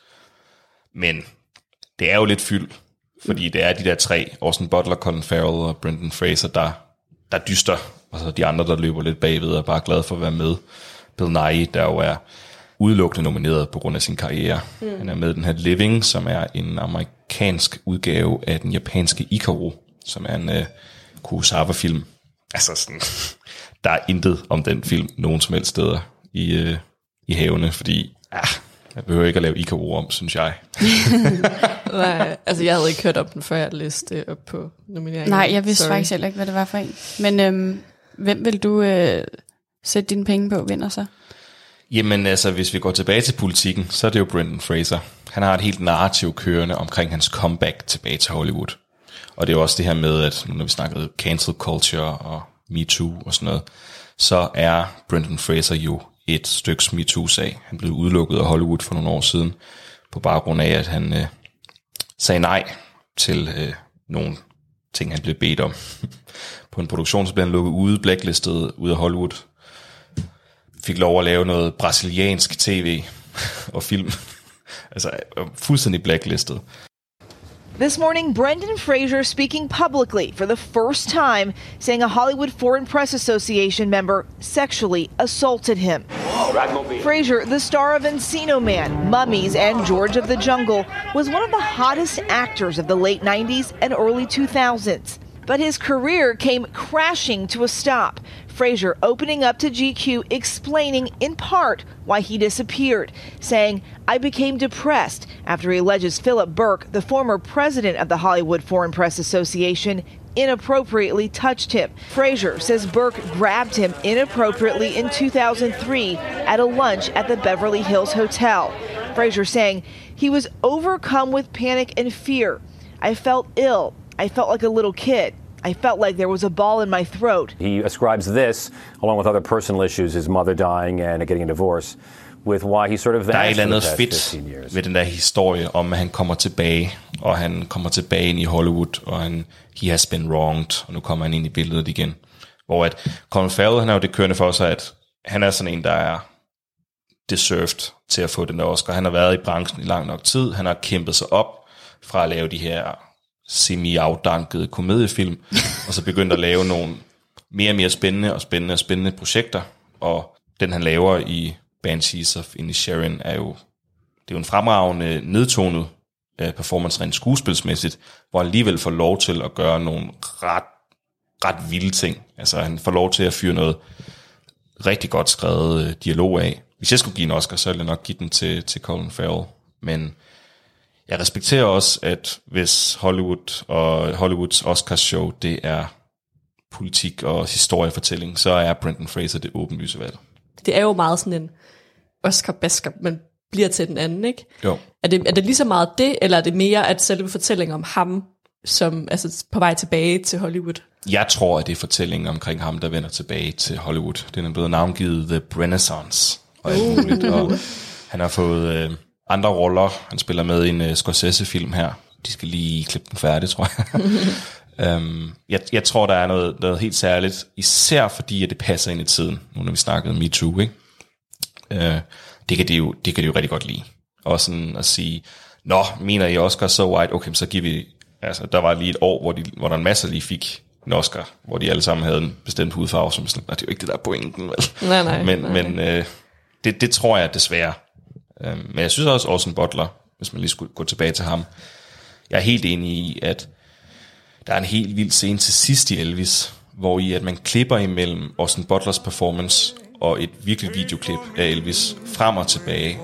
Men det er jo lidt fyld, fordi det er de der tre, Austin Butler, Colin Farrell og Brendan Fraser, der, der dyster. Og så de andre, der løber lidt bagved og bare er glade for at være med. Bill Nighy, der jo er udelukkende nomineret på grund af sin karriere. Mm. Han er med i den her Living, som er en amerikansk udgave af den japanske Ikaro, som er en uh, Kurosawa-film. Altså sådan, der er intet om den film nogen som helst steder i, uh, i havene, fordi ah, jeg behøver ikke at lave Ikaro om, synes jeg. Nej, altså jeg havde ikke hørt om den, før jeg læste det op på nomineringen. Nej, jeg vidste Sorry. faktisk heller ikke, hvad det var for en. Men øhm, hvem vil du øh, sætte dine penge på vinder så? Jamen altså, hvis vi går tilbage til politikken, så er det jo Brendan Fraser. Han har et helt narrativ kørende omkring hans comeback tilbage til Hollywood. Og det er jo også det her med, at når vi snakkede cancel culture og MeToo og sådan noget, så er Brendan Fraser jo et styks MeToo-sag. Han blev udelukket af Hollywood for nogle år siden, på baggrund af, at han øh, sagde nej til øh, nogle ting, han blev bedt om. På en produktion, så blev han lukket ude, blacklistet ud af Hollywood. Fik lov at lave noget brasiliansk tv og film. Altså fuldstændig blacklistet. This morning, Brendan Fraser speaking publicly for the first time, saying a Hollywood Foreign Press Association member sexually assaulted him. Fraser, the star of Encino Man, Mummies, and George of the Jungle, was one of the hottest actors of the late nineties and early two thousands. But his career came crashing to a stop. Fraser opening up to G Q, explaining in part why he disappeared, saying, "I became depressed after he alleges Philip Burke, the former president of the Hollywood Foreign Press Association, inappropriately touched him." Fraser says Burke grabbed him inappropriately in two thousand three at a lunch at the Beverly Hills Hotel. Fraser saying, "He was overcome with panic and fear. I felt ill. I felt like a little kid. I felt like there was a ball in my throat." He ascribes this, along with other personal issues, his mother dying and getting a divorce, with why he sort of der er et vanished eller for andet the past fifteen fedt years. ved den der historie om, at han kommer tilbage, og han kommer tilbage ind i Hollywood, og han, he has been wronged, og nu kommer han ind i billedet igen. Hvor at Colin Farrell, han har jo det kørende for sig, at han er sådan en, der er deserved til at få den der Oscar. Han har været i branchen i lang nok tid, han har kæmpet sig op fra at lave de her semi-afdankede komediefilm, og så begyndt at lave nogle mere og mere spændende og spændende og spændende projekter, og den han laver i Banshees of Inisherin er jo, det er jo en fremragende nedtonet uh, performance rent skuespilsmæssigt, hvor han alligevel får lov til at gøre nogle ret, ret vilde ting. Altså han får lov til at fyre noget rigtig godt skrevet uh, dialog af. Hvis jeg skulle give en Oscar, så ville jeg nok give den til, til Colin Farrell, men jeg respekterer også, at hvis Hollywood og Hollywoods Oscars show, det er politik og historiefortælling, så er Brendan Fraser det åbenlyse valg. Det er jo meget sådan en Oscar-basker, man bliver til den anden, ikke? Jo. Er det, er det lige så meget det, eller er det mere at selve fortællingen om ham, som altså på vej tilbage til Hollywood? Jeg tror, at det er fortællingen omkring ham, der vender tilbage til Hollywood. Den er blevet navngivet The Renaissance og alt muligt, og han har fået øh, andre roller. Han spiller med i en uh, Scorsese-film her. De skal lige klippe den færdig, tror jeg. um, jeg. Jeg tror, der er noget, noget helt særligt, især fordi, at det passer ind i tiden, nu når vi snakkede om MeToo, ikke? Uh, det, kan de jo, det kan de jo rigtig godt lide. Og sådan at sige, nå, mener I Oscar so white? Okay, så giver vi, altså der var lige et år, hvor, de, hvor der en masse lige fik en Oscar, hvor de alle sammen havde en bestemt hudfarve, som sådan, det er jo ikke det der pointen, vel? Nej, nej. Men, nej. men uh, det, det tror jeg desværre. Um, men jeg synes også, Austin Butler, hvis man lige skulle gå tilbage til ham, jeg er helt enig i, at der er en helt vild scene til sidst i Elvis, hvor i at man klipper imellem Austin Butlers performance og et virkelig videoklip af Elvis frem og tilbage.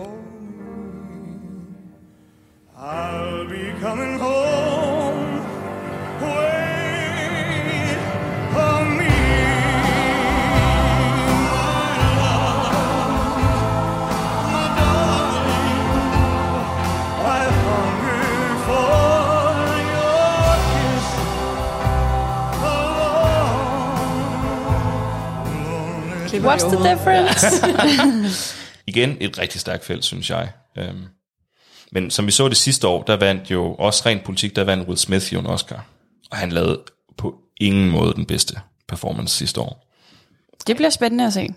I'll be coming home. Wait for me. What's the difference? Igen et rigtig stærkt felt, synes jeg. Um, men som vi så det sidste år, der vandt jo også rent politik, der vandt Will Smith jo en Oscar. Og han lavede på ingen måde den bedste performance sidste år. Det bliver spændende at se.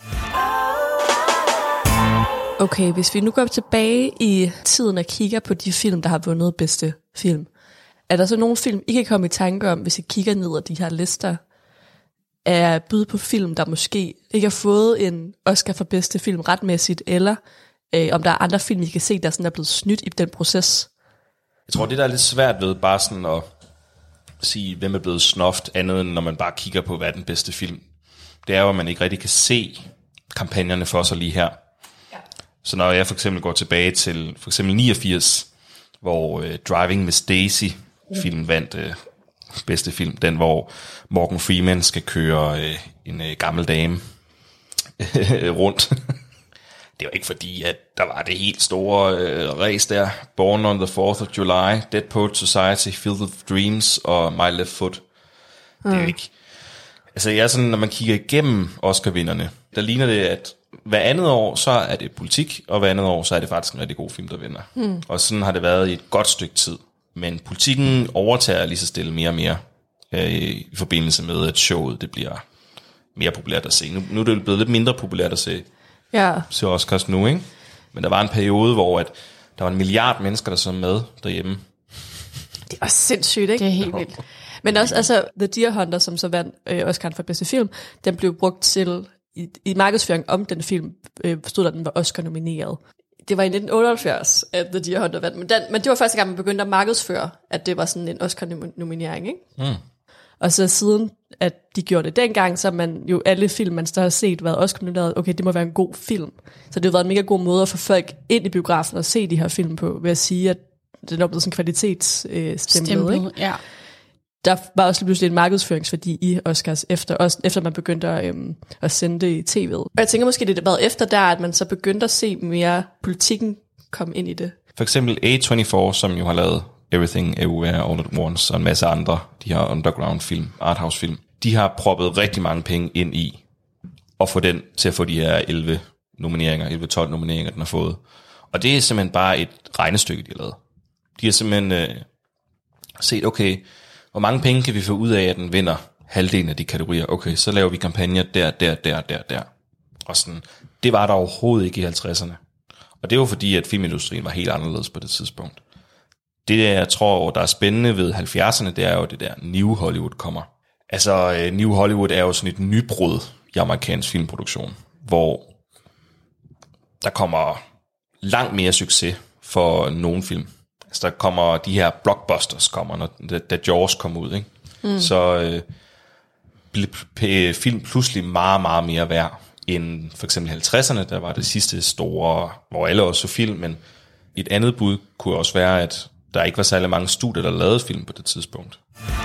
Okay, hvis vi nu går tilbage i tiden og kigger på de film, der har vundet bedste film. Er der så nogle film, I kan komme i tanke om, hvis I kigger ned ad de her lister, er bud på film, der måske ikke har fået en Oscar for bedste film retmæssigt, eller øh, om der er andre film, I kan se, der sådan er blevet snydt i den proces? Jeg tror, det der er lidt svært ved bare sådan at sige, hvem er blevet snuffet, andet end når man bare kigger på, hvad er den bedste film. Det er jo, at man ikke rigtig kan se kampagnerne for sig lige her. Ja. Så når jeg for eksempel går tilbage til for eksempel niogfirs, hvor øh, Driving Miss Daisy filmen vandt øh, bedste film, den hvor Morgan Freeman skal køre øh, en øh, gammel dame rundt. Det var ikke fordi, at der var det helt store øh, race der. Born on the fourth of July, Dead Poets Society, Field of Dreams og My Left Foot. Mm. Det er jo ikke... Altså, jeg er sådan, når man kigger igennem Oscar-vinderne, der ligner det, at hver andet år, så er det politik, og hver andet år, så er det faktisk en rigtig god film, der vinder. Mm. Og sådan har det været i et godt stykke tid. Men politikken overtager lige så stille mere og mere øh, i forbindelse med, at showet det bliver mere populært at se. Nu, nu er det blevet lidt mindre populært at se, ja. se Oscars nu, ikke? Men der var en periode, hvor at der var en milliard mennesker, der så med derhjemme. Det er også sindssygt, ikke? Det er helt vildt. Men også, altså, The Deer Hunter, som så vandt øh, Oscar for bedste film, den blev brugt til, i, i markedsføring om den film, øh, stod der, den var Oscar-nomineret. Det var i nitten otteoghalvfjerds, at The Deer Hunter vandt, men, den, men det var første gang, man begyndte at markedsføre, at det var sådan en Oscar-nominering, ikke? Mm. Og så siden, at de gjorde det dengang, så man jo alle film, man så har set, været Oscar-nomineret, okay, det må være en god film. Så det har været en mega god måde at få folk ind i biografen og se de her film på, ved at sige, at det er blevet sådan kvalitetsstemplet, øh, ikke? Ja. Der var også pludselig en markedsføringsværdi i Oscars, efter, også, efter man begyndte at, øhm, at sende det i tv'et. Og jeg tænker måske, det har været efter der, at man så begyndte at se mere politikken komme ind i det. For eksempel A tyve-fire, som jo har lavet Everything Everywhere All at Once, og en masse andre, de her underground-film, arthouse-film, de har proppet rigtig mange penge ind i at få den til at få de her elleve nomineringer, elleve tolv nomineringer, den har fået. Og det er simpelthen bare et regnestykke, de har lavet. De har simpelthen øh, set, okay, hvor mange penge kan vi få ud af, at den vinder halvdelen af de kategorier? Okay, så laver vi kampagner der, der, der, der, der. Og sådan, det var der overhovedet ikke i halvtredserne. Og det var fordi, at filmindustrien var helt anderledes på det tidspunkt. Det, jeg tror, der er spændende ved halvfjerdserne, det er jo det der New Hollywood kommer. Altså, New Hollywood er jo sådan et nybrud i amerikansk filmproduktion, hvor der kommer langt mere succes for nogle film. Altså, der kommer de her blockbusters, kommer, når, da Jaws kom ud, ikke? Mm. Så øh, blev film pludselig meget, meget mere værd end for eksempel halvtredserne, der var det sidste store, hvor alle også så film, men et andet bud kunne også være, at der ikke var særlig mange studier, der lavede film på det tidspunkt.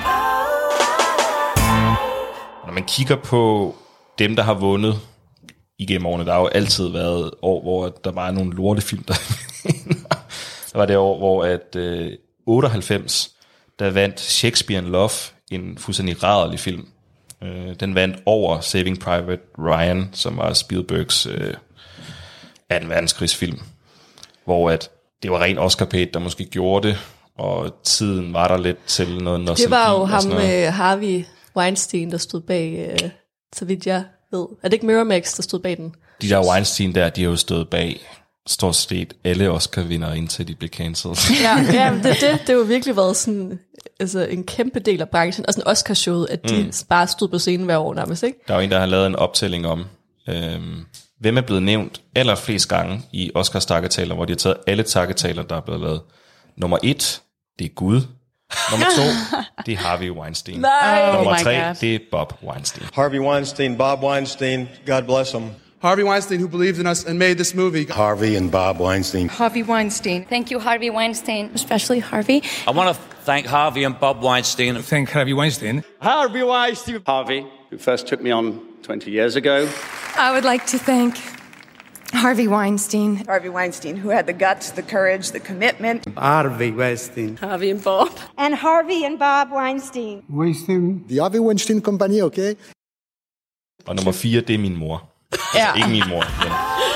Når man kigger på dem, der har vundet igennem årene, der har jo altid været år, hvor der var nogle lortefilm, der der var det år, hvor at øh, otteoghalvfems, der vandt Shakespeare in Love, en fuldstændig rædderlig film. Øh, den vandt over Saving Private Ryan, som var Spielbergs øh, anden verdenskrigsfilm, hvor at det var rent Oscar-paid, der måske gjorde det, og tiden var der lidt til noget nostalgi. Det var jo ham med uh, Harvey Weinstein, der stod bag, uh, så vidt jeg ved. Er det ikke Miramax, der stod bag den? De der Weinstein der, de har jo stået bag stort set alle Oscar-vindere, indtil de blev cancelled. Ja, ja det, det, det har jo virkelig været sådan, altså en kæmpe del af branchen, og sådan Oscar-showet, at de mm. bare stod på scenen hver år nærmest, ikke? Der er jo en, der har lavet en optælling om, øhm, hvem er blevet nævnt allerflest gange i Oscars takketaler, hvor de har taget alle takketaler, der er blevet lavet. Nummer et, det er Gud. Nummer to, det er Harvey Weinstein. Nej. Nummer Oh my tre, God. det er Bob Weinstein. Harvey Weinstein, Bob Weinstein, God bless him. Harvey Weinstein, who believed in us and made this movie. Harvey and Bob Weinstein. Harvey Weinstein. Thank you, Harvey Weinstein. Especially Harvey. I want to thank Harvey and Bob Weinstein. Thank Harvey Weinstein. Harvey Weinstein. Harvey, who first took me on twenty years ago. I would like to thank Harvey Weinstein. Harvey Weinstein, who had the guts, the courage, the commitment. Harvey Weinstein. Harvey and Bob. And Harvey and Bob Weinstein. Weinstein. The Harvey Weinstein Company, okay? Og nummer fire, det er min mor. Ja. Altså, ikke min mor, men...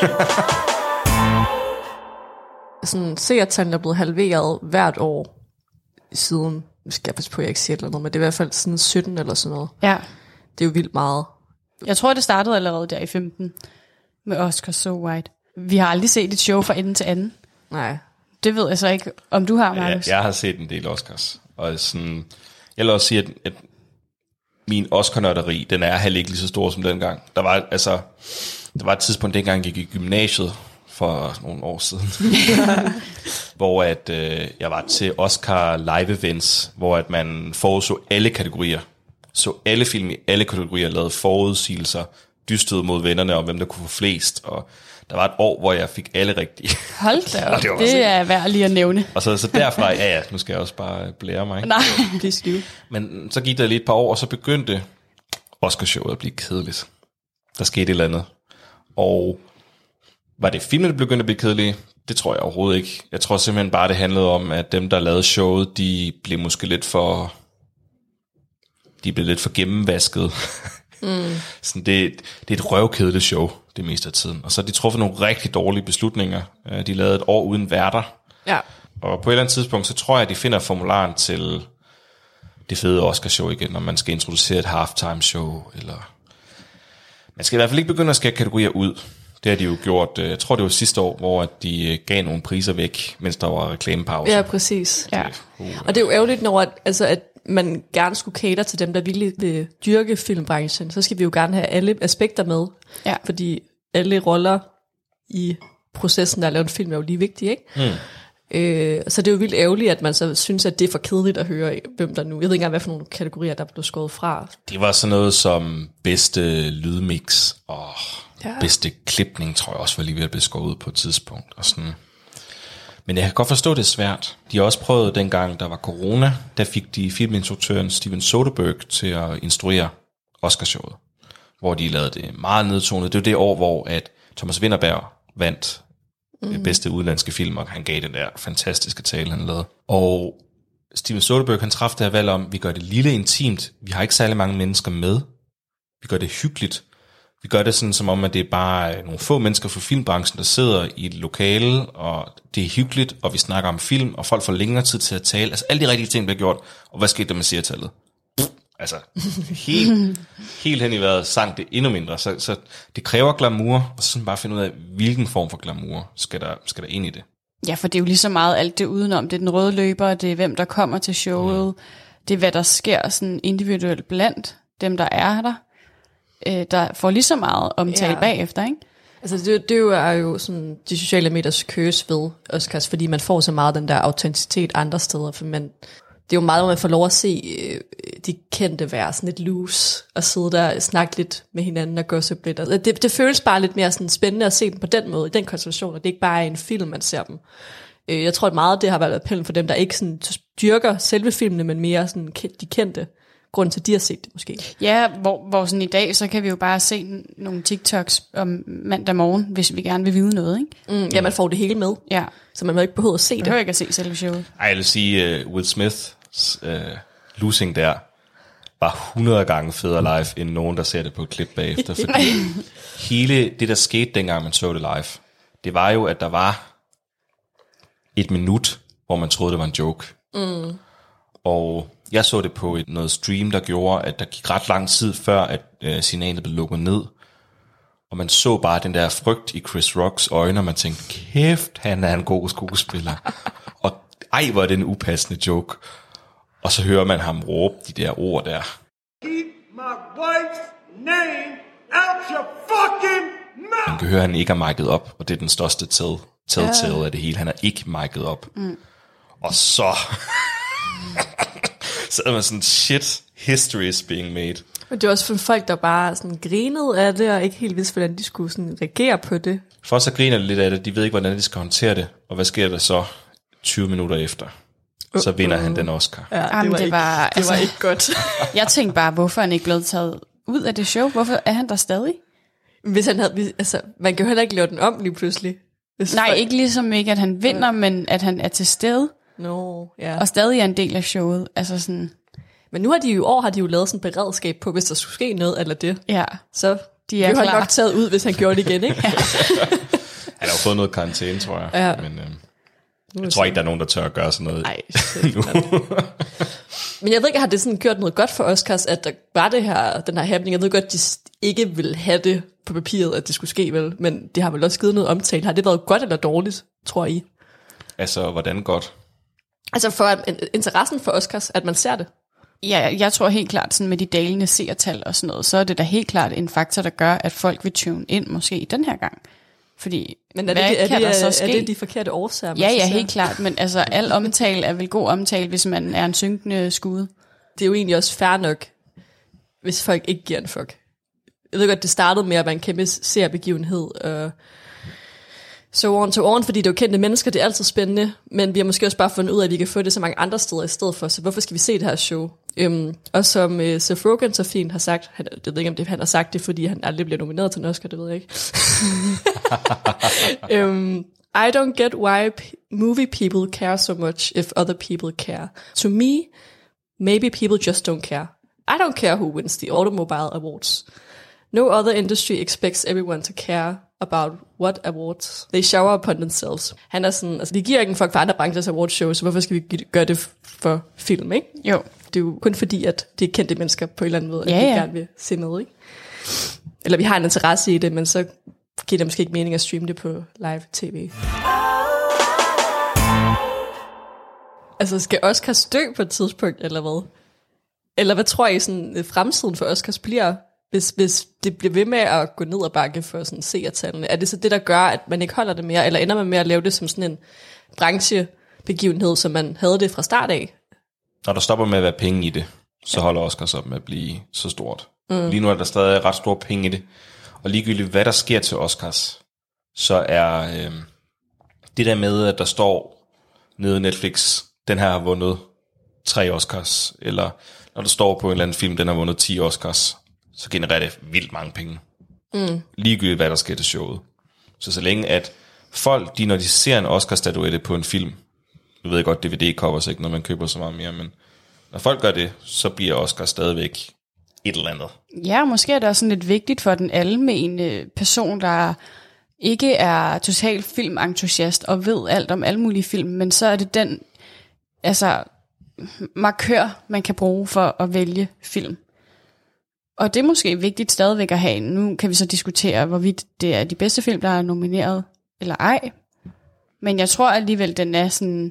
Sådan, seertallene er blevet halveret hvert år siden, nu skal jeg passe på, at jeg ikke siger noget, men det er i hvert fald siden sytten eller sådan noget. Ja. Det er jo vildt meget. Jeg tror, det startede allerede der i femten med Oscar So White. Vi har aldrig set et show fra ende til anden. Nej. Det ved jeg så ikke, om du har, Marcus. Ja, jeg har set en del Oscars. Og sådan, jeg vil også sige, at, at min Oscar-nørderi, den er heller ikke lige så stor som dengang. Der var, altså, der var et tidspunkt, dengang jeg gik i gymnasiet, for nogle år siden, hvor at, øh, jeg var til Oscar live events, hvor at man forudså alle kategorier. Så alle film i alle kategorier lavede forudsigelser, dystede mod vennerne om, hvem der kunne få flest. Og der var et år, hvor jeg fik alle rigtige. Hold da op, det, det er værd lige at nævne. Og så, så derfra, ja ja, nu skal jeg også bare blære mig. Nej, please do. Men så gik der lige et par år, og så begyndte Oscarshowet at blive kedeligt. Der skete et eller andet. Og Var det filmen, der begyndte at blive kedelige? Det tror jeg overhovedet ikke. Jeg tror simpelthen bare, det handlede om, at dem, der lavede showet, de blev måske lidt for... De blev lidt for gennemvasket. Mm. Sådan det, det er et røvkedeligt show, det meste af tiden. Og så har de truffet nogle rigtig dårlige beslutninger. De lavede et år uden værter. Ja. Og på et eller andet tidspunkt, så tror jeg, at de finder formularen til det fede Oscar-show igen, når man skal introducere et halftime-show, eller... Man skal i hvert fald ikke begynde at skære kategorier ud. Det har de jo gjort, jeg tror det var sidste år, hvor de gav nogle priser væk, mens der var reklamepause. Ja, præcis. Ja. Uh, og det er jo ærgerligt, når at, altså, at man gerne skulle cater til dem, der virkelig vil dyrke filmbranchen. Så skal vi jo gerne have alle aspekter med. Ja. Fordi alle roller i processen, der er lavet en film, er jo lige vigtige, ikke? Hmm. Øh, så det er jo vildt ærgerligt, at man så synes, at det er for kedeligt at høre, hvem der nu... Jeg ved ikke engang, hvad for nogle kategorier, der blev skåret fra. Det var sådan noget som bedste lydmix og ja. bedste klipning, tror jeg også var lige ved at blive skåret ud på et tidspunkt. Og sådan. Men jeg kan godt forstå, det er svært. De har også prøvet dengang, der var corona, der fik de filminstruktøren Steven Soderbergh til at instruere Oscarshowet, hvor de lavede det meget nedtonet. Det var det år, hvor at Thomas Vinterberg vandt mm. bedste udenlandske film, og han gav den der fantastiske tale, han lavede. Og Steven Soderbergh, han træffede det her valg om, vi gør det lille intimt, vi har ikke særlig mange mennesker med, vi gør det hyggeligt, vi gør det sådan som om, at det er bare nogle få mennesker fra filmbranchen, der sidder i et lokale, og det er hyggeligt, og vi snakker om film, og folk får længere tid til at tale. Altså alle de rigtige ting bliver gjort, og hvad skete der med seertallet? Altså helt, helt hen i vejret sang det endnu mindre, så, så det kræver glamour, og så sådan bare finde ud af, hvilken form for glamour skal der, skal der ind i det. Ja, for det er jo lige så meget alt det udenom. Det er den røde løber, det er hvem der kommer til showet, mm. det er hvad der sker sådan individuelt blandt dem, der er der. Øh, der får lige så meget omtale ja. bagefter, ikke? Altså det, det er jo sådan de sociale mediers køs ved Oscars, fordi man får så meget den der autenticitet andre steder, for man, det er jo meget, hvor man får lov at se øh, de kendte være sådan lidt loose, og sidde der og snakke lidt med hinanden og gossip lidt. Altså, det, det føles bare lidt mere sådan spændende at se dem på den måde, i den konstellation, og det er ikke bare en film, man ser dem. Øh, jeg tror, at meget af det har været appellen for dem, der ikke sådan dyrker selve filmene, men mere sådan de kendte. Grund til, at de har set det måske. Ja, hvor, hvor sådan i dag, så kan vi jo bare se nogle TikToks om mandag morgen, hvis vi gerne vil vide noget, ikke? Mm, ja, man får det hele med, ja. Så man må ikke behøve at se det. Man behøver ikke at se selve showet. Ej, jeg vil sige, uh, Will Smiths uh, losing der var hundrede gange federe live, end nogen, der ser det på et klip bagefter. Fordi hele det, der skete, dengang man så det live, det var jo, at der var et minut, hvor man troede, det var en joke. Mm. Og jeg så det på et, noget stream, der gjorde, at der gik ret lang tid før, at øh, signalet blev lukket ned. Og man så bare den der frygt i Chris Rocks øjne, og man tænkte, kæft, han er en god skuespiller. Og ej, hvor er det en upassende joke. Og så hører man ham råbe de der ord der. Keep my wife's name out your fucking mouth! Man kan høre, at han ikke er mic'et op, og det er den største tell, telltale yeah. af det hele. Han er ikke mic'et op. Mm. Og så... så er man sådan, shit, history is being made. Og det er også for folk, der bare sådan grinede af det, og ikke helt vidste, hvordan de skulle sådan reagere på det. For så griner de lidt af det, de ved ikke, hvordan de skal håndtere det. Og hvad sker der så tyve minutter efter? Så vinder uh, uh. han den Oscar. Ja, det, Jamen, var, det, ikke, var, det altså, var ikke godt. Jeg tænkte bare, hvorfor han ikke blev taget ud af det show? Hvorfor er han der stadig? Hvis han havde, altså, man kan jo heller ikke lave den om lige pludselig. Hvis Nej, folk... ikke ligesom ikke, at han vinder, ja. men at han er til stede. No, ja. Og stadig er en del af showet. Altså sådan... Men nu har de jo i år har de jo lavet sådan en beredskab på, hvis der skulle ske noget eller det. Ja. Så de er jo han nok taget ud, hvis han gjorde det igen, ikke? Ja. Han har jo fået noget karantæne, tror jeg. Ja. Men øh, jeg tror ikke, der er nogen, der tør at gøre sådan noget. Nej, nu. Men jeg ved ikke, har det sådan gjort noget godt for Oscars, at der var det her, den her happening? Jeg ved godt, de ikke ville have det på papiret, at det skulle ske, vel? Men det har vel også givet noget omtale. Har det været godt eller dårligt, tror I? Altså, hvordan godt? Altså for interessen for Oscars, at man ser det? Ja, jeg tror helt klart, sådan med de dalende seertal og sådan noget, så er det da helt klart en faktor, der gør, at folk vil tune ind måske i den her gang. Fordi, men er det, hvad er kan det, der så ske? Er det de forkerte årsager? Ja, ja, helt klart, men altså al omtale er vel god omtale, hvis man er en synkende skude. Det er jo egentlig også fair nok, hvis folk ikke giver en fuck. Jeg ved godt, det startede med at være en kæmpe seerbegivenhed, og so on, so on, fordi det er jo kendte mennesker, det er altid spændende, men vi har måske også bare fundet ud af, at vi kan få det så mange andre steder i stedet for, så hvorfor skal vi se det her show? Øhm, og som øh, Seth Rogen så fint har sagt, han, jeg ved ikke om det, han har sagt det, fordi han aldrig bliver nomineret til en Oscar, det ved jeg ikke. øhm, I don't get why p- movie people care so much if other people care. To me, maybe people just don't care. I don't care who wins the Automobile Awards. No other industry expects everyone to care about what awards they shower upon themselves. Han er sådan, altså de giver ikke en fuck for andre branchers awardshows, så hvorfor skal vi gøre det for film, ikke? Jo. Det er jo kun fordi, at det er kendte mennesker på en eller anden måde, ja, at vi ja. gerne vil se noget, ikke? Eller vi har en interesse i det, men så giver det måske ikke mening at streame det på live tv. Altså skal Oscars dø på et tidspunkt, eller hvad? Eller hvad tror I sådan fremtiden for Oscars bliver? Hvis, hvis det bliver ved med at gå ned og bakke for sådan seertallene, er det så det, der gør, at man ikke holder det mere, eller ender man med at lave det som sådan en branchebegivenhed, som man havde det fra start af? Når der stopper med at være penge i det, så holder Oscars op med at blive så stort. Mm. Lige nu er der stadig ret store penge i det, og ligegyldigt hvad der sker til Oscars, så er øh, det der med, at der står nede i Netflix, den her har vundet tre Oscars, eller når der står på en eller anden film, den har vundet ti Oscars, så genererer det vildt mange penge. Mm. Ligegyldigt hvad der sker til showet. Så så længe at folk, de når de ser en Oscar-statuette på en film, du ved godt, D V D covers ikke, når man køber så meget mere, men når folk gør det, så bliver Oscar stadigvæk et eller andet. Ja, måske er det også sådan lidt vigtigt for den almene person, der ikke er total filmentusiast og ved alt om alle mulige film, men så er det den altså markør, man kan bruge for at vælge film. Og det er måske vigtigt stadigvæk at have. Nu kan vi så diskutere, hvorvidt det er de bedste film, der er nomineret eller ej. Men jeg tror alligevel, den er sådan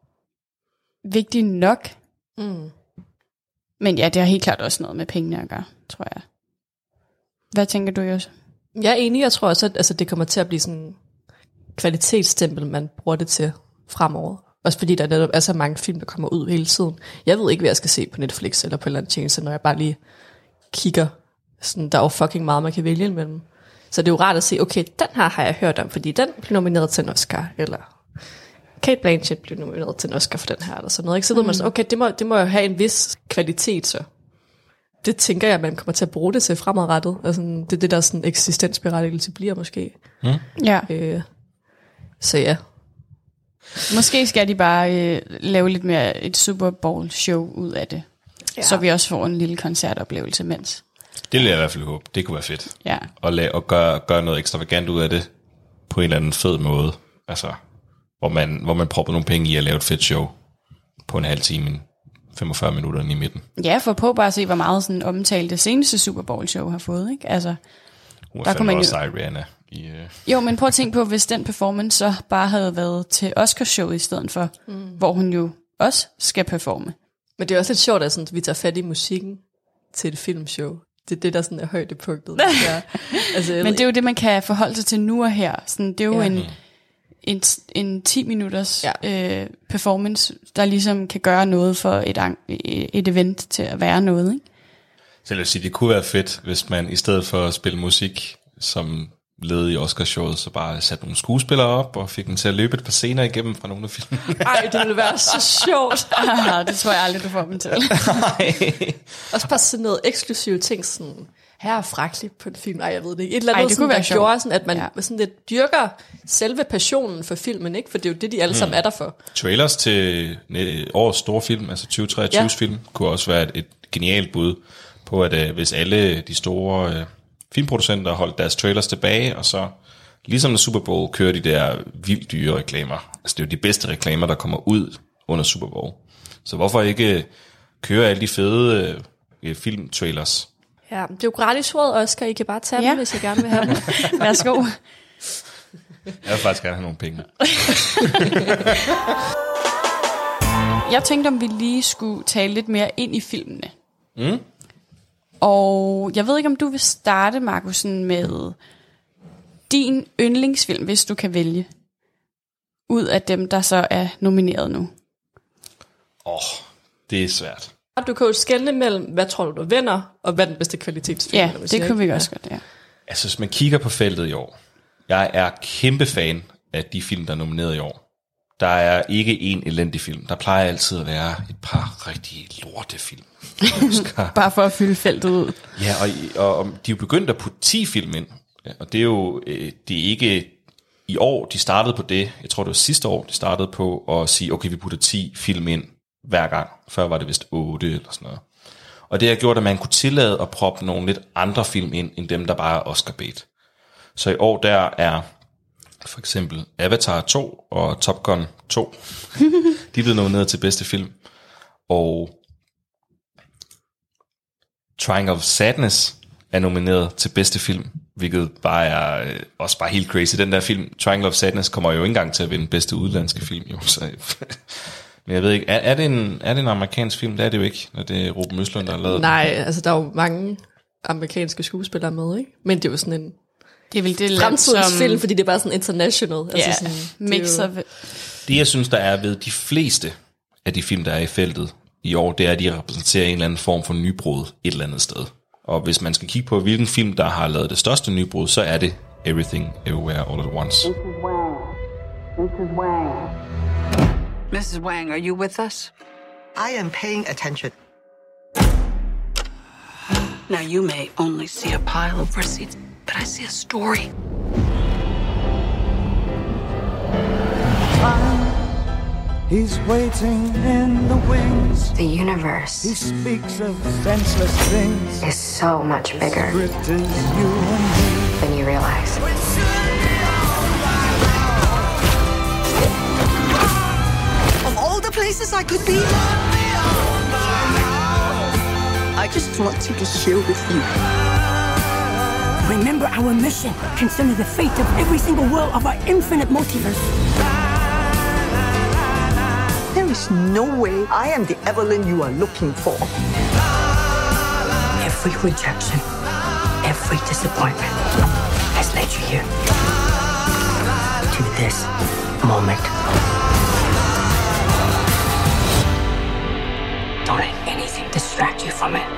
vigtig nok. Mm. Men ja, det har helt klart også noget med pengene at gøre, tror jeg. Hvad tænker du, Jose? Jeg er enig, jeg tror også, at altså, det kommer til at blive sådan en kvalitetsstempel, man bruger det til fremover. Også fordi der netop er så mange film, der kommer ud hele tiden. Jeg ved ikke, hvad jeg skal se på Netflix eller på en eller anden tjeneste, når jeg bare lige kigger. Sådan, der er jo fucking meget, man kan vælge imellem. Så det er jo rart at se, okay, den her har jeg hørt om, fordi den blev nomineret til en Oscar, eller Cate Blanchett blev nomineret til en Oscar for den her, eller sådan noget. Ikke? Så ved mm. man sådan, okay, det må, det må jo have en vis kvalitet, så det tænker jeg, man kommer til at bruge det til fremadrettet. Altså, det er det, der sådan eksistensberettigelse bliver måske. Mm. Ja. Øh, så ja. Måske skal de bare øh, lave lidt mere et Super Bowl show ud af det. Ja. Så vi også får en lille koncertoplevelse mens. Det vil jeg i hvert fald håbe. Det kunne være fedt. Ja. Og, lave, og gøre, gøre noget ekstravagant ud af det på en eller anden fed måde. Altså, hvor man, hvor man propper nogle penge i at lave et fedt show på en halv time, femogfyrre minutter i midten. Ja, for på bare at se, hvor meget sådan omtalt det seneste Super Bowl show har fået, ikke? Altså, hun der kunne man jo også Rihanna i, uh... Jo, men prøv at tænke på, hvis den performance så bare havde været til Oscarshowet i stedet for, mm. hvor hun jo også skal performe. Men det er også lidt sjovt, at sådan, vi tager fat i musikken til et filmshow. Det er det, der sådan er højdepunktet. Ja. Altså, men det er jo det, man kan forholde sig til nu og her. Sådan, det er jo ja. en, en, en ti minutters ja. øh, performance, der ligesom kan gøre noget for et, et event til at være noget, ikke? Så jeg vil sige, det kunne være fedt, hvis man i stedet for at spille musik som led i Oscarshowet, så bare satte nogle skuespillere op og fik dem til at løbe et par scener igennem fra nogle af filmene. Ej, det ville være så sjovt. Ah, det tror jeg aldrig, du får dem til. Også bare sådan noget eksklusive ting, sådan, her er fragtligt på en film. Ej, jeg ved det ikke. Et eller andet, Ej, det sådan, kunne der være gjorde sådan, at man ja. sådan lidt dyrker selve passionen for filmen, ikke? For det er jo det, de alle sammen mm. er der for. Trailers til årets store film, altså tyve treogtyve ja. film, kunne også være et, et genialt bud på, at uh, hvis alle de store uh, filmproducenter holdt deres trailers tilbage, og så ligesom når Super Bowl kører de der vildt dyre reklamer. Altså det er jo de bedste reklamer, der kommer ud under Super Bowl. Så hvorfor ikke køre alle de fede uh, filmtrailers? Ja, det er jo gratis råd, Oscar. I kan bare tage ja. dem, hvis I gerne vil have dem. Værsgo. Jeg vil faktisk gerne have nogle penge. Jeg tænkte, om vi lige skulle tale lidt mere ind i filmene. Mm. Og jeg ved ikke, om du vil starte, Markusen, med din yndlingsfilm, hvis du kan vælge, ud af dem, der så er nomineret nu. Åh, oh, det er svært. Du kan jo skelne mellem, hvad tror du, du vinder, og hvad den bedste kvalitetsfilm. Ja, det siger, kunne vi også godt, ja. Altså, hvis man kigger på feltet i år, jeg er kæmpe fan af de film, der er nomineret i år. Der er ikke en elendig film. Der plejer altid at være et par rigtig lortefilm. Bare for at fylde feltet ud. Ja, og, og, og de er jo begyndt at putte ti film ind. Og det er jo det er ikke i år, de startede på det. Jeg tror, det var sidste år, de startede på at sige, okay, vi putter ti film ind hver gang. Før var det vist otte eller sådan noget. Og det har gjort, at man kunne tillade at proppe nogle lidt andre film ind, end dem, der bare er Oscar-bait. Så i år, der er for eksempel Avatar to og Top Gun to. De er blevet nomineret til bedste film. Og Triangle of Sadness er nomineret til bedste film, hvilket bare er øh, også bare helt crazy. Den der film, Triangle of Sadness, kommer jo ikke engang til at vinde bedste udenlandske film. Jo, så, men jeg ved ikke, er, er, det en, er det en amerikansk film? Det er det jo ikke, når det er Ruben Østlund, der har lavet Nej, den. altså der er jo mange amerikanske skuespillere med, ikke? Men det er jo sådan en det er vel det fremtidsfilm, fordi det er bare sådan international. Ja, altså sådan, mix det, of jo... det jeg synes, der er ved de fleste af de film, der er i feltet i år, det er, at de repræsenterer en eller anden form for nybrud et eller andet sted. Og hvis man skal kigge på, hvilken film, der har lavet det største nybrud, så er det Everything, Everywhere, All at Once. Missus Wang. Missus Wang, are you with us? I am paying attention. Now, you may only see a pile of receipts, but I see a story. He's waiting in the wings. The universe. He speaks of senseless things. Is so much bigger Script is you and me. than you realize. Of all the places I could be, I just want to be here with you. Remember our mission concerning the fate of every single world of our infinite multiverse. There is no way I am the Evelyn you are looking for. Every rejection, every disappointment has led you here. To this moment. Don't let anything distract you from it.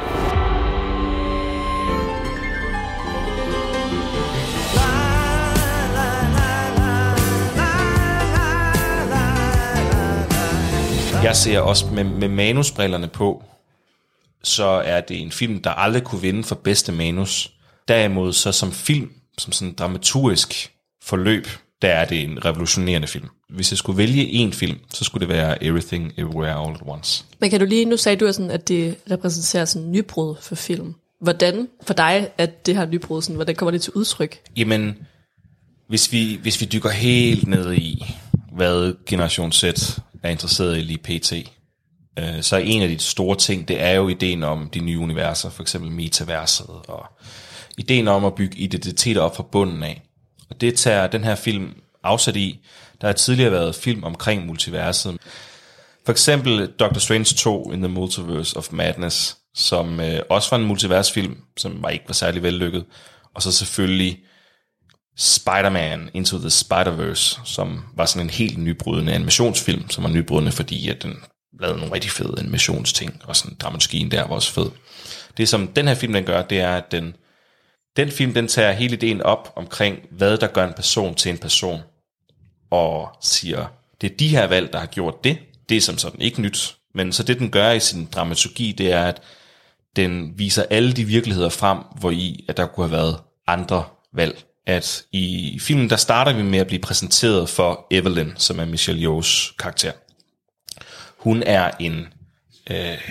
Jeg ser også med, med manusbrillerne på, så er det en film, der aldrig kunne vinde for bedste manus. Derimod så som film, som sådan en dramaturgisk forløb, der er det en revolutionerende film. Hvis jeg skulle vælge en film, så skulle det være Everything, Everywhere, All at Once. Men kan du lige, nu sagde du sådan, at det repræsenterer sådan en nybrud for film. Hvordan for dig, at det her nybrud, sådan, hvordan kommer det til udtryk? Jamen, hvis vi, hvis vi dykker helt ned i, hvad Generation Z er interesseret i lige pt., øh, så er en af de store ting, det er jo ideen om de nye universer, for eksempel metaverset, og ideen om at bygge identiteter op fra bunden af. Og det tager den her film afsat i. Der har tidligere været film omkring multiverset. For eksempel Doctor Strange to in the Multiverse of Madness, som øh, også var en multiversfilm, som var ikke var særlig vellykket. Og så selvfølgelig Spider-Man Into the Spider-Verse, som var sådan en helt nybrydende animationsfilm, som var nybrydende, fordi at den lavede nogle rigtig fede animationsting, og sådan dramaturgien der var også fed. Det som den her film den gør, det er, at den, den film den tager hele ideen op omkring, hvad der gør en person til en person, og siger, det er de her valg, der har gjort det. Det er som sådan ikke nyt, men så det den gør i sin dramaturgi, det er, at den viser alle de virkeligheder frem, hvor i at der kunne have været andre valg. At i filmen, der starter vi med at blive præsenteret for Evelyn, som er Michelle Yeohs karakter. Hun er en øh,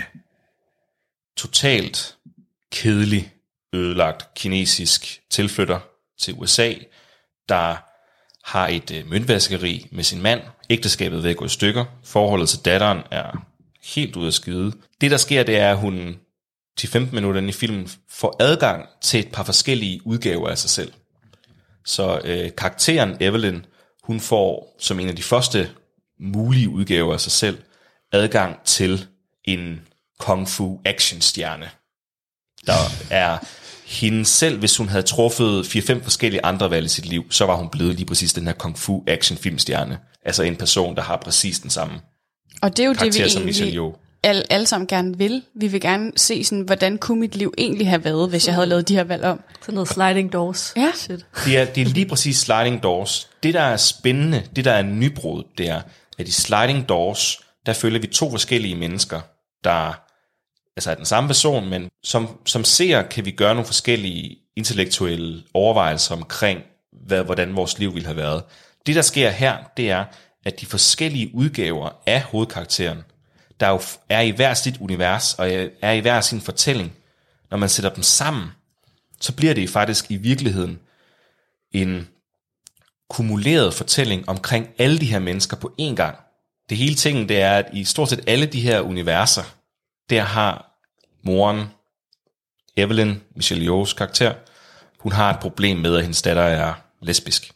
totalt kedelig, ødelagt kinesisk tilflytter til U S A, der har et øh, møntvaskeri med sin mand. Ægteskabet er ved at gå i stykker. Forholdet til datteren er helt ude af skide. Det, der sker, det er, at hun til femten minutter inde i filmen får adgang til et par forskellige udgaver af sig selv. Så øh, karakteren Evelyn, hun får som en af de første mulige udgaver af sig selv, adgang til en kung fu actionstjerne. Der er hende selv, hvis hun havde truffet fire fem forskellige andre valg i sit liv, så var hun blevet lige præcis den her kung fu action filmstjerne. Altså en person, der har præcis den samme og det er jo det, vi egentlig alle, alle sammen gerne vil. Vi vil gerne se, sådan, hvordan kunne mit liv egentlig have været, hvis jeg havde lavet de her valg om. Sådan noget sliding doors. Ja. Shit. Det er, det er lige præcis sliding doors. Det, der er spændende, det der er nybrud, det er, at i Sliding Doors, der følger vi to forskellige mennesker, der altså er den samme person, men som, som seer kan vi gøre nogle forskellige intellektuelle overvejelser omkring, hvad, hvordan vores liv ville have været. Det, der sker her, det er, at de forskellige udgaver af hovedkarakteren, der jo er i hver sit univers, og er i hver sin fortælling, når man sætter dem sammen, så bliver det faktisk i virkeligheden en kumuleret fortælling omkring alle de her mennesker på én gang. Det hele tingen, det er, at i stort set alle de her universer, der har moren, Evelyn, Michelle Yeohs karakter, hun har et problem med, at hendes datter er lesbisk.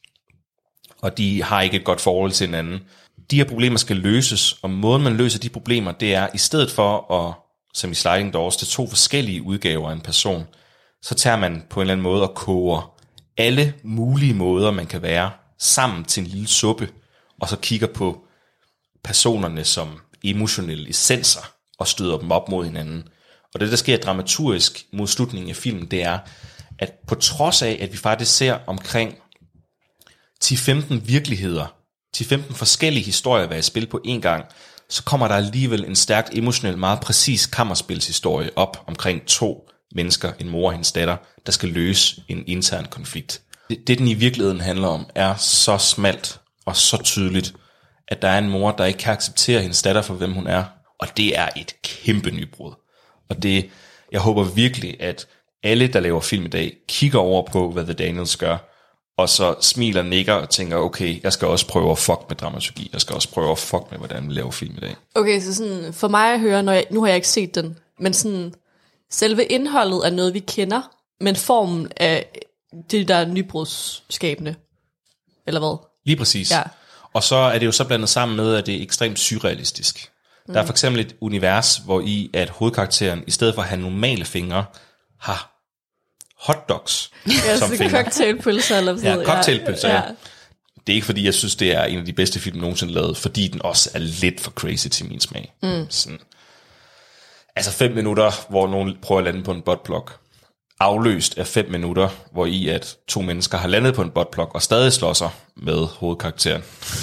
Og de har ikke et godt forhold til hinanden. De her problemer skal løses, og måden man løser de problemer, det er, i stedet for at, som i Sliding Doors, til to forskellige udgaver af en person, så tager man på en eller anden måde og koger alle mulige måder, man kan være, sammen til en lille suppe, og så kigger på personerne som emotionelle essenser, og støder dem op mod hinanden. Og det, der sker dramaturgisk mod slutningen af filmen, det er, at på trods af, at vi faktisk ser omkring ti til femten virkeligheder, ti til femten forskellige historier være i spil på én gang, så kommer der alligevel en stærkt emotionel, meget præcis kammerspilshistorie op omkring to mennesker, en mor og hendes datter, der skal løse en intern konflikt. Det, det den i virkeligheden handler om, er så smalt og så tydeligt, at der er en mor, der ikke kan acceptere hendes datter for, hvem hun er, og det er et kæmpe nybrud. Og det, jeg håber virkelig, at alle, der laver film i dag, kigger over på, hvad The Daniels gør, og så smiler, nikker og tænker, okay, jeg skal også prøve at fuck med dramaturgi, jeg skal også prøve at fuck med, hvordan vi laver film i dag. Okay, så sådan, for mig at høre, når jeg, nu har jeg ikke set den, men sådan, selve indholdet er noget, vi kender, men formen er det, der er nybrudsskabende, eller hvad? Lige præcis. Ja. Og så er det jo så blandet sammen med, at det er ekstremt surrealistisk. Mm. Der er for eksempel et univers, hvor i at hovedkarakteren, i stedet for at have normale fingre, har hotdogs ja, som fingre. Cocktailpølser eller sådan noget. Ja, cocktailpølser, ja. ja. Det er ikke fordi, jeg synes, det er en af de bedste film nogensinde lavet, fordi den også er lidt for crazy til min smag. Mm. Sådan. Altså fem minutter, hvor nogen prøver at lande på en buttplug. Afløst af fem minutter, hvor i at to mennesker har landet på en buttplug og stadig slår sig med hovedkarakteren.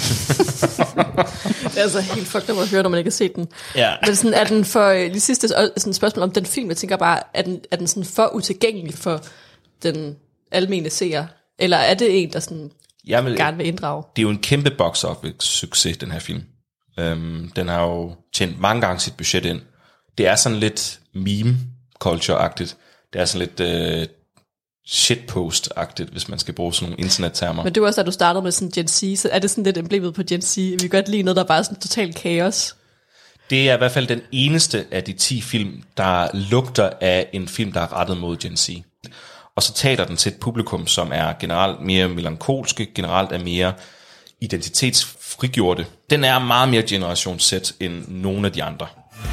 Det er altså helt fucked up at høre, når man ikke har set den. Ja. Men sådan, er den for, lige sidste sådan spørgsmål om den film, jeg tænker bare, er den, er den sådan for utilgængelig for den almene seer? Eller er det en, der sådan Jamen, gerne vil inddrage? Det er jo en kæmpe box office succes, den her film. Øhm, den har jo tjent mange gange sit budget ind. Det er sådan lidt meme culture-agtigt. Det er sådan lidt øh, shitpost-agtigt, hvis man skal bruge sådan nogle internettermer. Men det var også, da du startede med sådan Gen Z, så er det sådan lidt emblemet på Gen Z. Vi kan godt lide noget, der bare er sådan totalt kaos. Det er i hvert fald den eneste af de ti film, der lugter af en film, der er rettet mod Gen Z. Og så taler den til et publikum, som er generelt mere melankolske, generelt er mere identitetsfrigjorte. Den er meget mere Generation Z end nogle af de andre.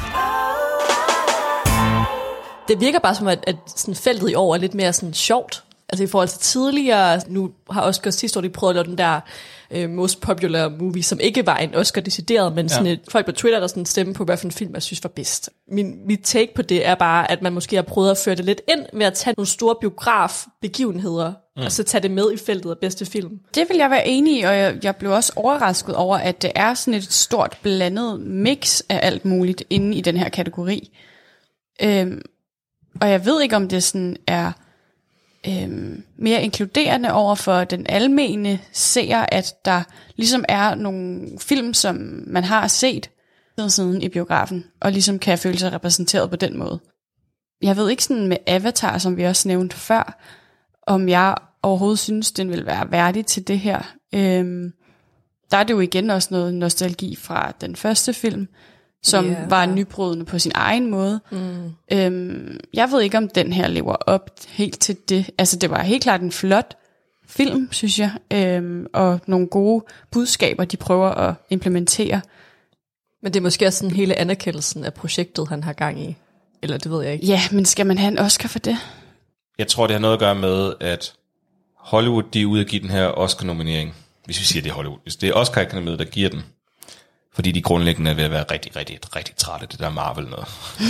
Det virker bare som, at, at sådan feltet i år er lidt mere sådan sjovt. Altså i forhold til tidligere, nu har Oscar sidste år de prøvet at lave den der uh, most popular movie, som ikke var en Oscar decideret, men sådan ja. et, folk på Twitter, der sådan stemme på, hvad for en film, jeg synes var bedst. Min, mit take på det er bare, at man måske har prøvet at føre det lidt ind ved at tage nogle store biografbegivenheder, mm. og så tage det med i feltet af bedste film. Det vil jeg være enig i, og jeg, jeg blev også overrasket over, at det er sådan et stort blandet mix af alt muligt inde i den her kategori. Øhm, Og jeg ved ikke, om det sådan er øhm, mere inkluderende over for den almene seer, at der ligesom er nogle film, som man har set siden i biografen, og ligesom kan føle sig repræsenteret på den måde. Jeg ved ikke sådan med Avatar, som vi også nævnte før, om jeg overhovedet synes, den vil være værdig til det her. Øhm, der er det jo igen også noget nostalgi fra den første film, som yeah. var nybrydende på sin egen måde. Mm. Øhm, jeg ved ikke, om den her lever op helt til det. Altså, det var helt klart en flot film, synes jeg, øhm, og nogle gode budskaber, de prøver at implementere. Men det er måske også sådan hele anerkendelsen af projektet, han har gang i. Eller det ved jeg ikke. Ja, men skal man have en Oscar for det? Jeg tror, det har noget at gøre med, at Hollywood, de er ude at give den her Oscar-nominering. Hvis vi siger, det er Hollywood. Hvis det er Oscar-akademiet, der giver den. Fordi de grundlæggende er ved at være rigtig, rigtig, rigtig trætte, det der Marvel noget.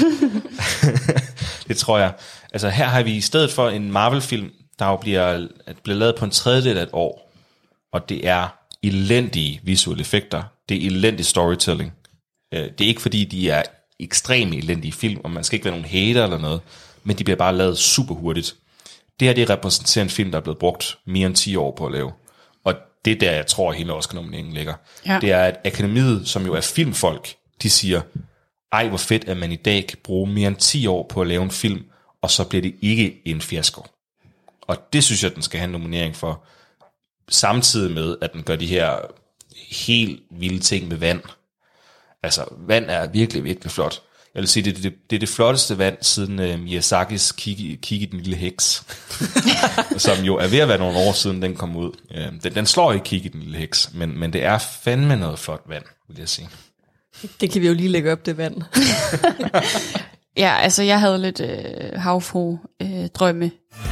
Det tror jeg. Altså her har vi i stedet for en Marvel-film, der jo bliver, bliver lavet på en tredjedel af et år, og det er elendige visuelle effekter, Det er elendig storytelling. Det er ikke fordi, de er ekstremt elendige film, og man skal ikke være nogen hater eller noget, men de bliver bare lavet super hurtigt. Det her, det repræsenterer en film, der er blevet brugt mere end ti år på at lave. Og det er der, jeg tror, at hele Oscar-nomineringen ligger. Ja. Det er, at akademiet, som jo er filmfolk, de siger, ej, hvor fedt, at man i dag kan bruge mere end ti år på at lave en film, og så bliver det ikke en fiasko. Og det synes jeg, den skal have en nominering for, samtidig med, at den gør de her helt vilde ting med vand. Altså, vand er virkelig, virkelig flot. Jeg vil sige, det er det, det, er det flotteste vand, siden uh, Miyazakis Kig, Kig i den lille heks. Som jo er ved at være nogle år siden, den kom ud. Uh, den, den slår ikke Kig i den lille heks, men, men det er fandme noget flot vand, vil jeg sige. Det kan vi jo lige lægge op, det vand. Ja, altså, jeg havde lidt øh, havfru-drømme. Øh,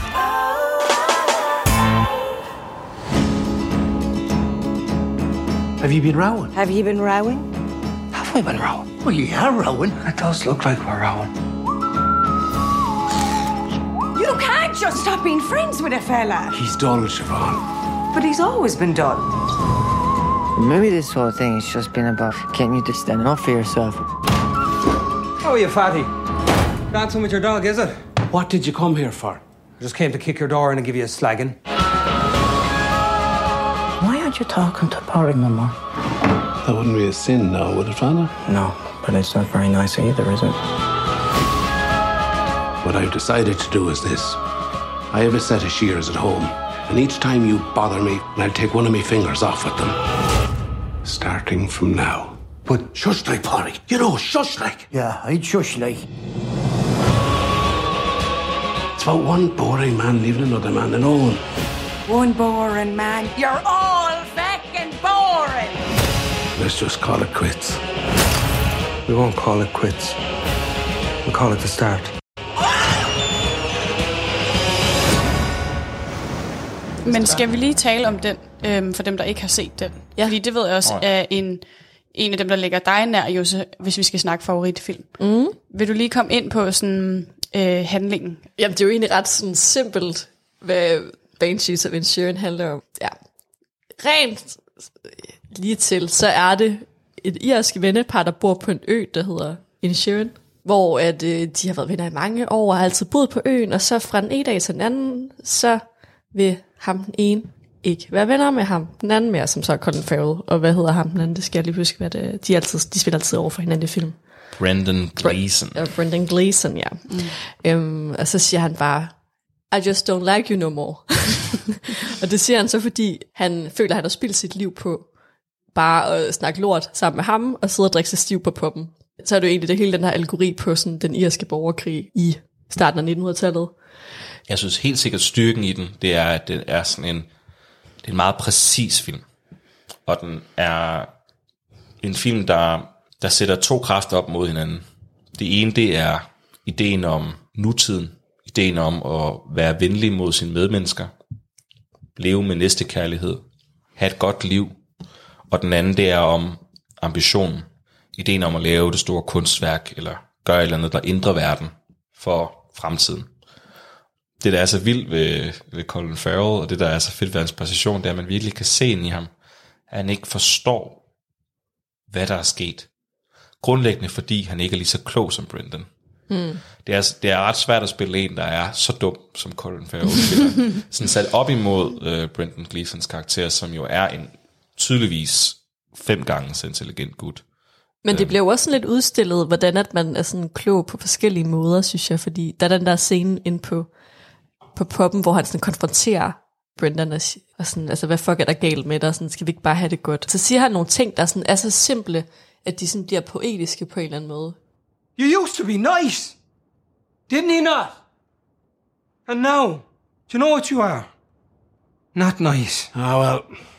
Have you been rowing? Have you been rowing? Have we been rowing? Well, you are rowing. It does look like we're rowing. You can't just stop being friends with a fella. He's dull, Siobhan. But he's always been dull. Maybe this whole thing has just been about getting you to stand up for yourself. How are you, fatty? Dancing with your dog, is it? What did you come here for? I just came to kick your door in and give you a slagging. Why aren't you talking to Porrig no more? That wouldn't be a sin now, would it, Father? No, but it's not very nice either, is it? What I've decided to do is this. I have a set of shears at home, and each time you bother me, I'll take one of my fingers off with them. Starting from now. But shush like, Porrig. You know, shush like. Yeah, I'd shush like. It's about one boring man leaving another man alone. One boring man. You're all fucking boring. Let's just call it quits. We won't call it quits. We'll call it the start. Men skal vi lige tale om den, øhm, for dem, der ikke har set den? Ja. Fordi det ved jeg også er en, en af dem, der ligger dig nær, Jose, hvis vi skal snakke favoritfilm. Mm. Vil du lige komme ind på sådan øh, handlingen? Jamen, det er jo egentlig ret sådan simpelt, hvad Banshees of Inisherin handler om. Ja. Rent lige til, så er det et irsk vennepar, der bor på en ø, der hedder Inisherin, hvor at, øh, de har været venner i mange år og har altid boet på øen, og så fra den ene dag til den anden, så vil ham den ene ikke være venner med ham den anden mere, som så er Colin Farrell. Og hvad hedder ham den anden? Det skal jeg lige huske, hvad det de, altid, de spiller altid over for hinanden i film. Brendan Gleeson. Ja, Brendan Gleeson, ja. Mm. Øhm, og så siger han bare, I just don't like you no more. Og det siger han så, fordi han føler, at han har spildt sit liv på bare at snakke lort sammen med ham, og sidde og drikke sig stiv på poppen. Så er det jo egentlig det hele den her algori på sådan, den irske borgerkrig i starten af nittenhundredetallet. Jeg synes helt sikkert styrken i den, det er, at det er sådan en, det er en meget præcis film. Og den er en film, der, der sætter to kræfter op mod hinanden. Det ene, det er ideen om nutiden. Ideen om at være venlig mod sine medmennesker. Leve med næstekærlighed. Have et godt liv. Og den anden, det er om ambitionen. Ideen om at lave det store kunstværk, eller gøre et eller andet, der ændrer verden for fremtiden. Det, der er så vildt ved, ved Colin Farrell, og det, der er så fedt ved hans præcision, det er, at man virkelig kan se ind i ham, at han ikke forstår, hvad der er sket. Grundlæggende, fordi han ikke er lige så klog som Brendan. Mm. Det, er, det er ret svært at spille en, der er så dum, som Colin Farrell spiller. Sådan sat op imod uh, Brendan Gleesons karakter, som jo er en tydeligvis fem gange så intelligent gut. Men det bliver jo også sådan lidt udstillet, hvordan at man er sådan klog på forskellige måder, synes jeg, fordi der er den der scene inde på på poppen, hvor han sådan konfronterer Brendan og, og sådan, altså hvad fuck er der galt med dig, og sådan, skal vi ikke bare have det godt? Så siger han nogle ting, der sådan er så simple, at de sådan bliver poetiske på en eller anden måde. You used to be nice, didn't you not? And now, do you know what you are? Not nice. Ah, well,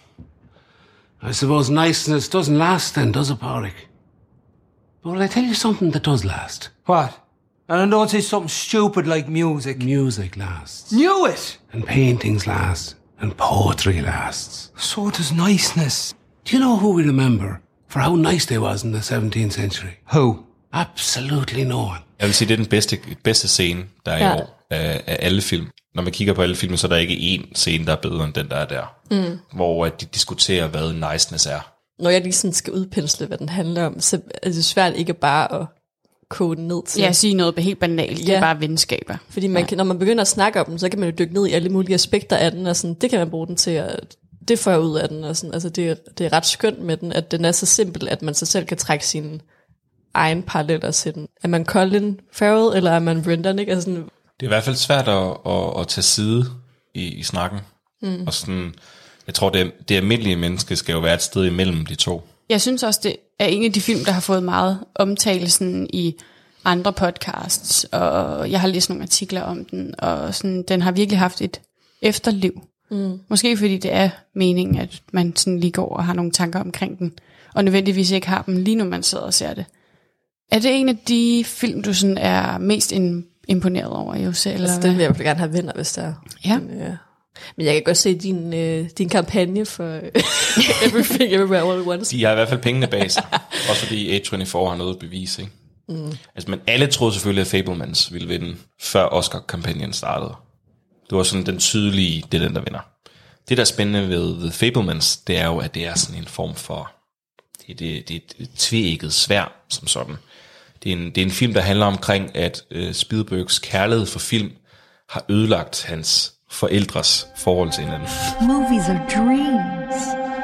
I suppose niceness doesn't last then, does it, Porrig? But will I tell you something that does last? What? And don't say something stupid like music. Music lasts. Knew it! And paintings last. And poetry lasts. So does niceness. Do you know who we remember for how nice they was in the seventeenth century? Who? Absolutely no one. Jeg vil sige, det er den bedste, bedste scene, der er ja. i år af, af alle film. Når man kigger på alle film, så er der ikke én scene, der er bedre end den, der er der. Mm. Hvor de diskuterer, hvad niceness er. når jeg lige sådan skal udpensle, hvad den handler om, så er det svært ikke bare at kode ned til. Ja, sige noget helt banalt. Ja. Det er bare venskaber. Fordi man kan, når man begynder at snakke om den, så kan man jo dykke ned i alle mulige aspekter af den, og sådan, det kan man bruge den til, at det får jeg ud af den. Og sådan, altså det, det er ret skønt med den, at den er så simpel, at man så selv kan trække sine egen paralleller til den. Er man Colin Farrell, eller er man Brendan? Ikke? Altså sådan, det er i hvert fald svært at, at, at tage side i, i snakken. Mm. Og sådan, jeg tror, det, det almindelige menneske skal jo være et sted imellem de to. Jeg synes også, det er en af de film, der har fået meget omtale sådan i andre podcasts, og jeg har læst nogle artikler om den, og sådan, den har virkelig haft et efterliv. Mm. Måske fordi det er meningen, at man sådan lige går og har nogle tanker omkring den, og nødvendigvis ikke har dem lige når man sidder og ser det. Er det en af de film, du sådan er mest imponeret over, Jose? Altså, den vil jeg gerne have vinder, hvis der er. Ja. Men, ja. Men jeg kan godt se din, øh, din kampagne for Everything Everywhere All at Once. De har i hvert fald pengene bag sig. Også fordi A toogtyve har noget at bevise, ikke? Mm. Altså, men alle troede selvfølgelig, at Fabelmans ville vinde, før Oscar-kampagnen startede. Det var sådan den tydelige, det er den, der vinder. Det, der er spændende ved The Fabelmans, det er jo, at det er sådan en form for, det, det, det er et tveægget sværd, som sådan. Det er en, det er en film, der handler omkring, at uh, Spielbergs kærlighed for film har ødelagt hans forældres forhold til hinanden. Movies are dreams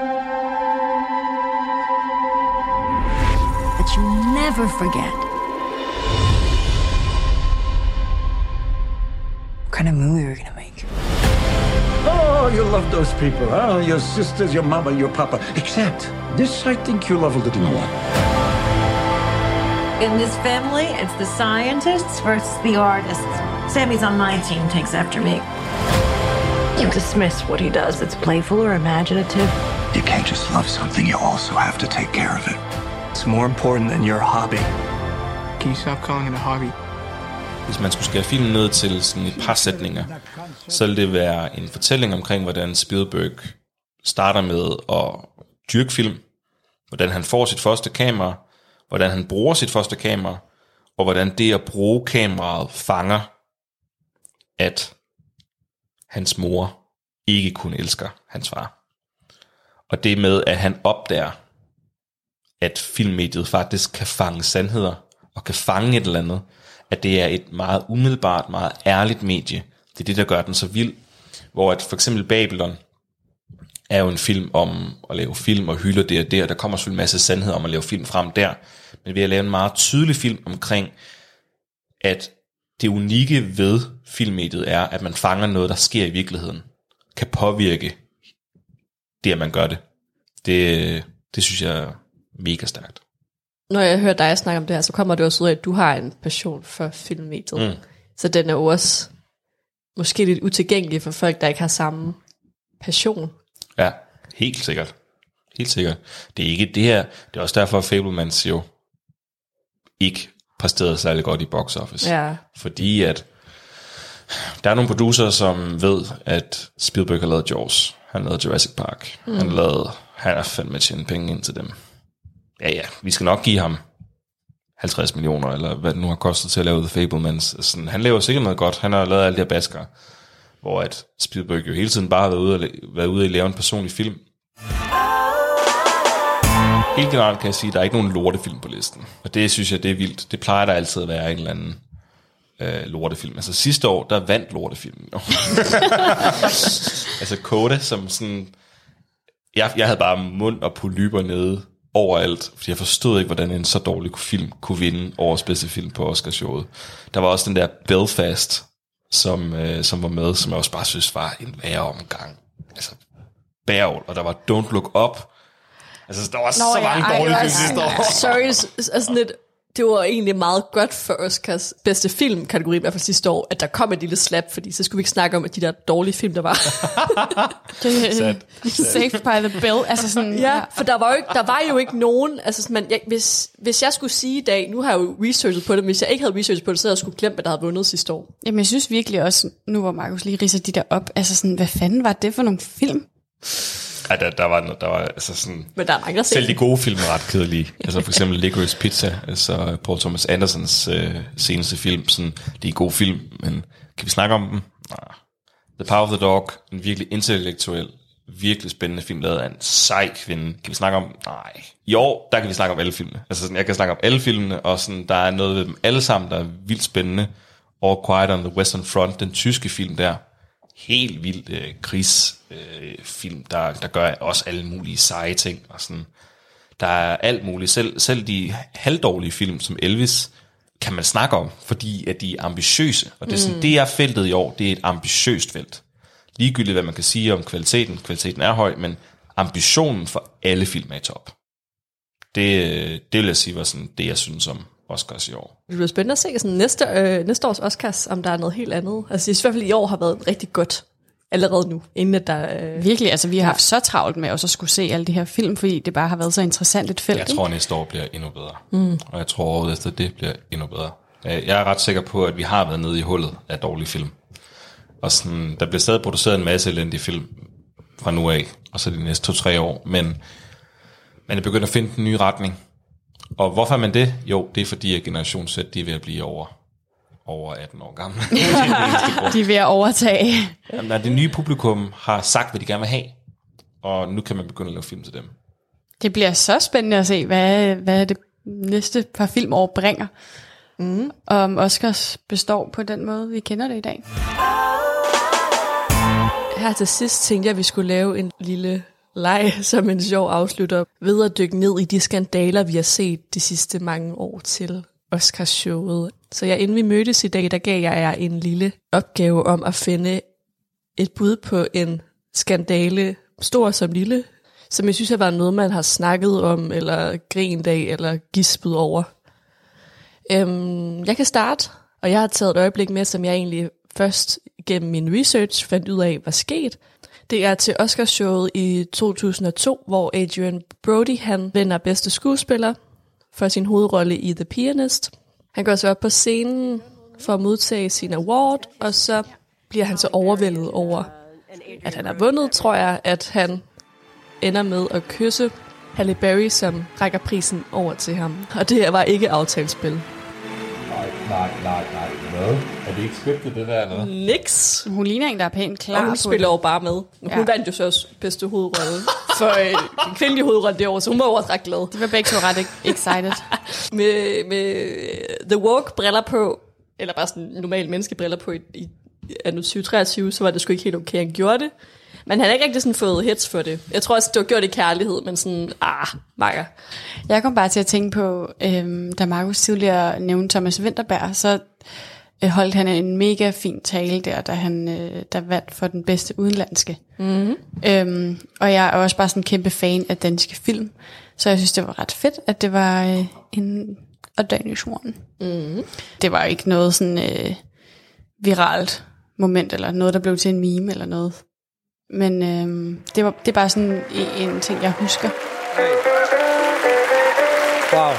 that you never forget. What kind of movie are we gonna make? Oh, you love those people, huh? Your sisters, your mama, your papa. Except this, I think you love a little more. In this family, it's the scientists versus the artists. Sammy's on my team, takes after me. You dismiss what he does. It's playful or imaginative. You can't just love something, you also have to take care of it. It's more important than your hobby. Can you stop calling it a hobby? Hvis man skulle skære filmen ned til sådan et par sætninger, så ville det være en fortælling omkring, hvordan Spielberg starter med at dyrke film, hvordan han får sit første kamera, hvordan han bruger sit første kamera, og hvordan det at bruge kameraet fanger, at hans mor ikke kun elsker hans far. Og det med, at han opdager, at filmmediet faktisk kan fange sandheder, og kan fange et eller andet, at det er et meget umiddelbart, meget ærligt medie. Det er det, der gør den så vild. Hvor at for eksempel Babylon er jo en film om at lave film og hylder det og det, og der kommer selvfølgelig en masse sandhed om at lave film frem der. Men ved at lave en meget tydelig film omkring, at det unikke ved filmmediet er, at man fanger noget, der sker i virkeligheden, kan påvirke det, at man gør det. Det, det synes jeg er mega stærkt. Når jeg hører dig snakke om det her, så kommer det også ud af, at du har en passion for filmmediet. Mm. Så den er jo også måske lidt utilgængelig for folk, der ikke har samme passion. Ja, helt sikkert. Helt sikkert. Det er ikke det her. Det er også derfor, at Fabelmans jo ikke præsterede særlig godt i box office. Ja. Fordi at der er nogle producer, som ved, at Spielberg har lavet Jaws. Han har lavet Jurassic Park. Mm. Han har lavet, han har fandme tjent penge ind til dem. Ja, ja, vi skal nok give ham halvtreds millioner, eller hvad det nu har kostet til at lave The Fabelmans. Sådan, han laver sikkert noget godt. Han har lavet alle de her basker, hvor at Spielberg jo hele tiden bare har været ude, at, været ude at lave en personlig film. Helt generelt kan jeg sige, at der er ikke nogen lortefilm på listen. Og det synes jeg, det er vildt. Det plejer der altid at være en eller anden øh, lortefilm. Altså sidste år, der vandt lortefilmen. Altså Coda, som sådan... Jeg, jeg havde bare mund og polyper nede overalt, fordi jeg forstod ikke, hvordan en så dårlig film kunne vinde årets bedste film på Oscarshowet. Der var også den der Belfast, som, øh, som var med, som jeg også bare synes var en værre omgang. Altså, bærl, og der var Don't Look Up. Altså, der var Nå, så ja, mange dårlige film sidste år. Sorry, altså lidt, det var egentlig meget godt for Oscars bedste filmkategori, i hvert fald sidste år, at der kom et lille slap, fordi så skulle vi ikke snakke om, at de der dårlige film, der var. Saved by the Bell. Altså sådan, ja, for der var jo ikke, der var jo ikke nogen, altså man, jeg, hvis, hvis jeg skulle sige i dag, nu har jeg jo researchet på det, men hvis jeg ikke havde researchet på det, så havde jeg skulle glemme, at der havde vundet sidste år. Jamen jeg synes virkelig også, nu hvor Markus lige ridser de der op, altså sådan, hvad fanden var det for nogle film? Ja, der, der var, der var altså sådan... Men der er mange, der selv de gode film er ret kedelige. Altså for eksempel Licorice Pizza, altså Paul Thomas Andersons øh, seneste film. Sådan, det er gode film, men kan vi snakke om dem? Nej. The Power of the Dog, en virkelig intellektuel, virkelig spændende film, lavet af en sej kvinde. Kan vi snakke om? Nej. I år, der kan vi snakke om alle filmene. Altså sådan, jeg kan snakke om alle filmene, og sådan, der er noget ved dem alle sammen, der er vildt spændende. All Quiet on the Western Front, den tyske film der. Helt vildt øh, krigsfilm, øh, der, der gør også alle mulige seje ting. Og sådan. Der er alt muligt. Selv, selv de halvdårlige film, som Elvis, kan man snakke om, fordi at de er ambitiøse. Og det er sådan, mm. det er feltet i år, det er et ambitiøst felt. Ligegyldigt, hvad man kan sige om kvaliteten. Kvaliteten er høj, men ambitionen for alle film er i top. Det, det vil jeg sige var sådan det, jeg synes om Oscars i år. Det bliver spændende at se sådan næste, øh, næste års Oscars, om der er noget helt andet. Altså, jeg synes i hvert fald, i år har været rigtig godt allerede nu, inden at der... Øh, Virkelig, altså vi har haft så travlt med at så skulle se alle de her film, fordi det bare har været så interessant et felt. Jeg tror, næste år bliver endnu bedre. Mm. Og jeg tror, året efter det bliver endnu bedre. Jeg er ret sikker på, at vi har været nede i hullet af dårlige film. Og sådan, der bliver stadig produceret en masse elendige film fra nu af, og så de næste to-tre år, men man er begyndt at finde den nye retning. Og hvorfor er man det? Jo, det er fordi, at Generation Z, de er ved at blive over, over atten år gamle. De er ved at overtage. Jamen, det nye publikum har sagt, hvad de gerne vil have, og nu kan man begynde at lave film til dem. Det bliver så spændende at se, hvad, hvad det næste par filmår bringer. Mm. Om Oscars består på den måde, vi kender det i dag. Her til sidst tænkte jeg, at vi skulle lave en lille leg som en sjov afslutter ved at dykke ned i de skandaler, vi har set de sidste mange år til Oscarshowet. Så jeg, inden vi mødtes i dag, der gav jeg jer en lille opgave om at finde et bud på en skandale, stor som lille, som jeg synes har været noget, man har snakket om, eller grint af, eller gispet over. Øhm, jeg kan starte, og jeg har taget et øjeblik med, som jeg egentlig først gennem min research fandt ud af, hvad sket. Det er til Oscarshowet i to tusind og to, hvor Adrian Brody han vinder bedste skuespiller for sin hovedrolle i The Pianist. Han går så op på scenen for at modtage sin award, og så bliver han så overvældet over, at han har vundet, tror jeg, at han ender med at kysse Halle Berry, som rækker prisen over til ham. Og det var ikke aftalespil. Nej, nej, nej, nej. Hvad? Er det ikke scriptet, det der eller? Niks. Hun ligner en, der er pænt klar. Og hun spiller jo bare med. Hun ja. vandt jo så også bedste hovedrolle for øh, en kvindelig hovedrolle det år, så hun var jo også ret glad. De var begge to ret excited. med, med The Walk-briller på, eller bare sådan normale menneskebriller på i, i anno tyve treogtyve, så var det sgu ikke helt okay, han gjorde det. Men han har ikke rigtig sådan fået hits for det. Jeg tror også, det var gjort i kærlighed, men sådan, ah, makker. Jeg kom bare til at tænke på, øhm, da Markus tidligere nævnte Thomas Vinterberg, så øh, holdt han en mega fin tale der, da han øh, der vandt for den bedste udenlandske. Mm-hmm. Øhm, og jeg er også bare sådan en kæmpe fan af danske film, så jeg synes, det var ret fedt, at det var øh, en A Danish One. Mm-hmm. Det var ikke noget sådan øh, viralt moment, eller noget, der blev til en meme eller noget. Men øhm, det, var, det er bare sådan en, en ting, jeg husker. Wow.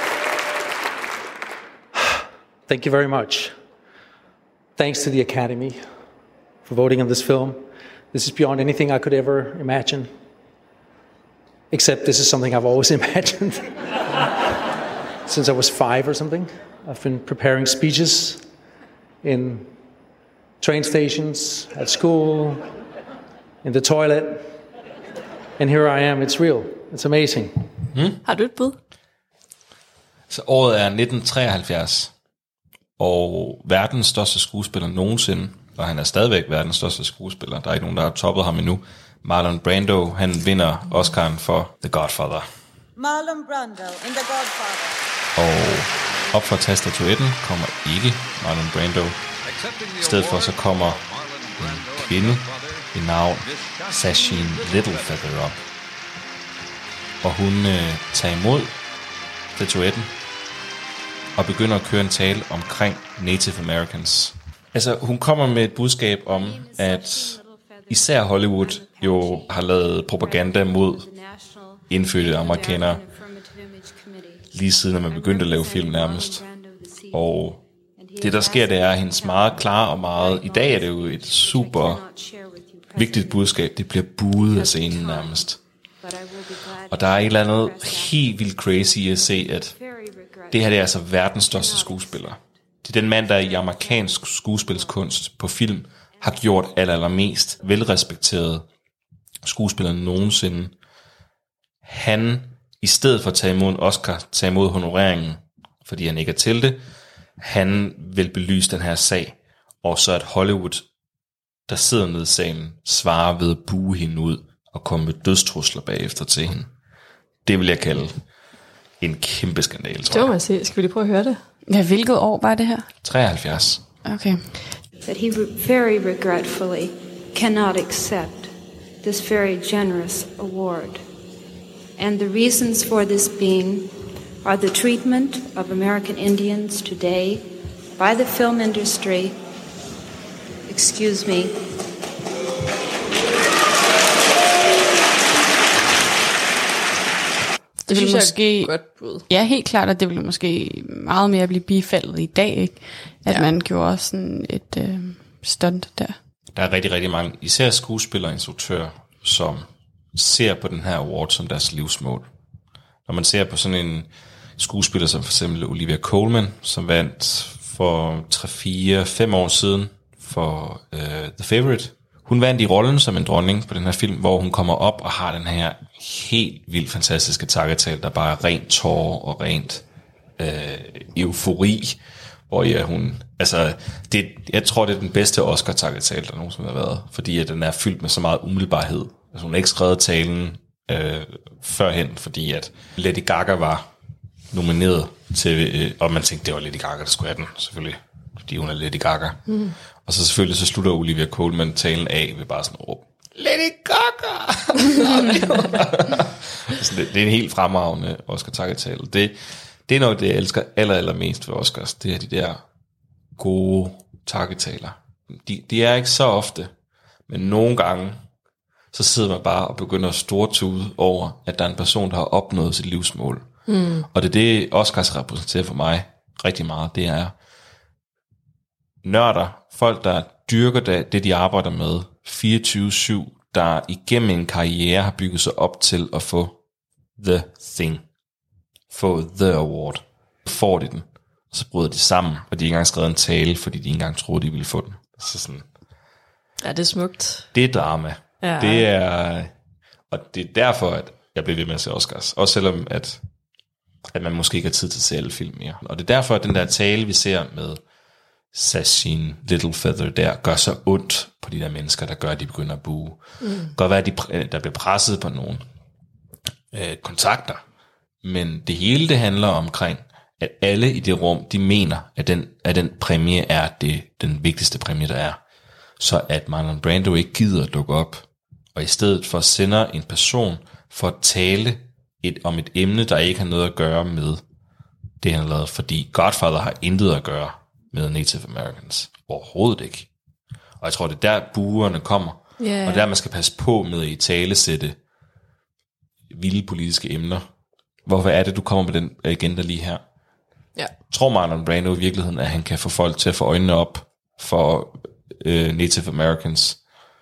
Thank you very much. Thanks to the Academy for voting on this film. This is beyond anything I could ever imagine. Except this is something I've always imagined. Since I was five or something. I've been preparing speeches in train stations, at school, in the toilet, and here I am. It's real. It's amazing. Hmm? Har du et bud? Så året er nitten treoghalvfjerds, og verdens største skuespiller nogensinde, og han er stadigvæk verdens største skuespiller, der er ikke nogen, der har toppet ham endnu, Marlon Brando, han vinder Oscar'en for The Godfather. Marlon Brando in The Godfather. Og op for tastatuetten kommer ikke Marlon Brando. I stedet for så kommer en kvinde i navn Sacheen Littlefeather op. Og hun øh, tager imod statuetten og begynder at køre en tale omkring Native Americans. Altså, hun kommer med et budskab om, at især Hollywood jo har lavet propaganda mod indfødte amerikanere lige siden, at man begyndte at lave film nærmest. Og det, der sker, det er, at hendes meget klare og meget... I dag er det jo et super vigtigt budskab. Det bliver buet af scenen nærmest. Og der er et eller andet helt vildt crazy at se, at det her det er altså verdens største skuespiller. Det er den mand, der i amerikansk skuespilskunst på film har gjort aller, allermest velrespekteret skuespiller nogensinde. Han, i stedet for at tage imod en Oscar, tage imod honoreringen, fordi han ikke er til det, han vil belyse den her sag, og så at Hollywood, der sidder nede i salen, svarer ved at buge hende ud, og komme med dødstrusler bagefter til hende. Det vil jeg kalde en kæmpe skandale, tror jeg. Det må man se. Skal vi lige prøve at høre det? Ja, hvilket år var det her? treoghalvfjerds. Okay. That he very regretfully cannot accept this very generous award. And the reasons for this being are the treatment of American Indians today by the film industry. Excuse me. Det vil måske godt bud. Ja, helt klart, at det ville måske meget mere blive bifaldet i dag, ikke? At ja. man gjorde også sådan et øh, stunt der. Der er rigtig, rigtig mange, især skuespillere og instruktører, som ser på den her award som deres livsmål. Når man ser på sådan en skuespiller som for eksempel Olivia Colman, som vandt for tre, fire, fem år siden for uh, The Favourite. Hun vandt i rollen som en dronning på den her film, hvor hun kommer op og har den her helt vildt fantastiske takketale, der bare er rent tårer og rent øh, eufori, hvor ja, hun, altså, det, jeg tror, det er den bedste Oscar-takketale, der nogensinde har været, fordi at den er fyldt med så meget umiddelbarhed. Altså, hun har ikke skrevet talen øh, førhen, fordi at Lady Gaga var nomineret til, øh, og man tænkte, det var Lady Gaga, der skulle have den, selvfølgelig, fordi hun er Lady Gaga. Mm. Og så selvfølgelig, så slutter Olivia Colman talen af ved bare sådan råb, Lady Gaga! Så det, det er en helt fremragende Oscar-takketale. Det, det er noget, det jeg elsker aller, aller mest ved Oscars. Det er de der gode takketaler. De, de er ikke så ofte, men nogle gange, så sidder man bare og begynder at stortude over, at der er en person, der har opnået sit livsmål. Mm. Og det er det, Oscars repræsenterer for mig rigtig meget. Det er nørder, folk, der dyrker det, det de arbejder med, fireogtyve syv, der igennem en karriere har bygget sig op til at få the thing, få the award. Får de den, og så bryder de sammen, og de ikke engang skrevet en tale, fordi de ikke engang troede, de ville få den. Så sådan, ja, det er smukt. Det er drama. Ja. Det er, og det er derfor, at jeg bliver ved med at se Oscars. Også selvom, at, at man måske ikke har tid til at se alle film mere. Og det er derfor, at den der tale, vi ser med Sachin Little Feather der, gør så ondt på de der mennesker, der gør, at de begynder at buge. Mm. Godt være, at de, der bliver presset på nogle øh, kontakter, men det hele, det handler omkring, at alle i det rum, de mener, at den, at den præmie er det, den vigtigste præmie, der er. Så at Marlon Brando ikke gider at dukke op, og i stedet for sender en person for at tale et, om et emne, der ikke har noget at gøre med det, han har lavet, fordi Godfather har intet at gøre med Native Americans. Overhovedet ikke. Og jeg tror, det er der buerne kommer, yeah. Og der man skal passe på med at i talesætte vilde politiske emner. Hvorfor er det, du kommer med den agenda lige her? Ja. Tror Marlon Brando i virkeligheden, at han kan få folk til at få øjnene op for øh, Native Americans?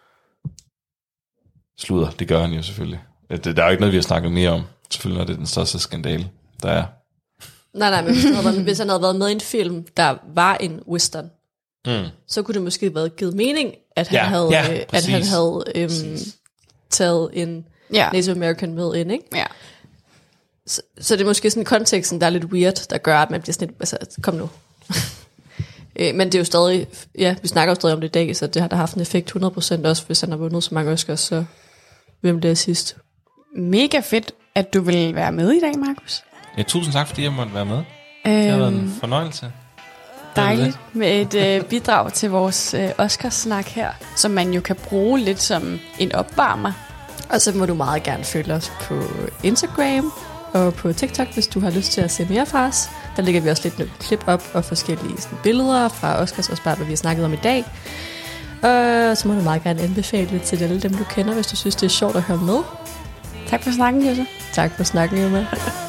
Sluder, det gør han jo selvfølgelig. Det, der er jo ikke noget, vi har snakket mere om. Selvfølgelig er det den største skandale, der er. Nej, nej, men hvis han, havde været, hvis han havde været med i en film, der var en western, mm. så kunne det måske have været givet mening, at han ja, havde, ja, øh, at han havde øhm, taget en ja. Native American med ind, ikke? Ja. Så, så det er måske sådan konteksten, der er lidt weird, der gør, at man bliver sådan lidt, altså, kom nu. øh, men det er jo stadig, ja, vi snakker jo stadig om det i dag, så det har da haft en effekt hundrede procent også, hvis han har vundet så mange Oscars, så hvem det er sidst. Mega fedt, at du vil være med i dag, Markus. Ja, tusind tak, fordi jeg måtte være med. Det har øhm, været en fornøjelse. Dejligt med et øh, bidrag til vores øh, Oscarsnak her, som man jo kan bruge lidt som en opvarmer. Og så må du meget gerne følge os på Instagram og på TikTok, hvis du har lyst til at se mere fra os. Der lægger vi også lidt nogle klip op og forskellige sådan, billeder fra Oscars, og bare hvad vi har snakket om i dag. Og så må du meget gerne anbefale det til alle dem, du kender, hvis du synes, det er sjovt at høre med. Tak for snakken, Jose. Tak for snakken, Jose.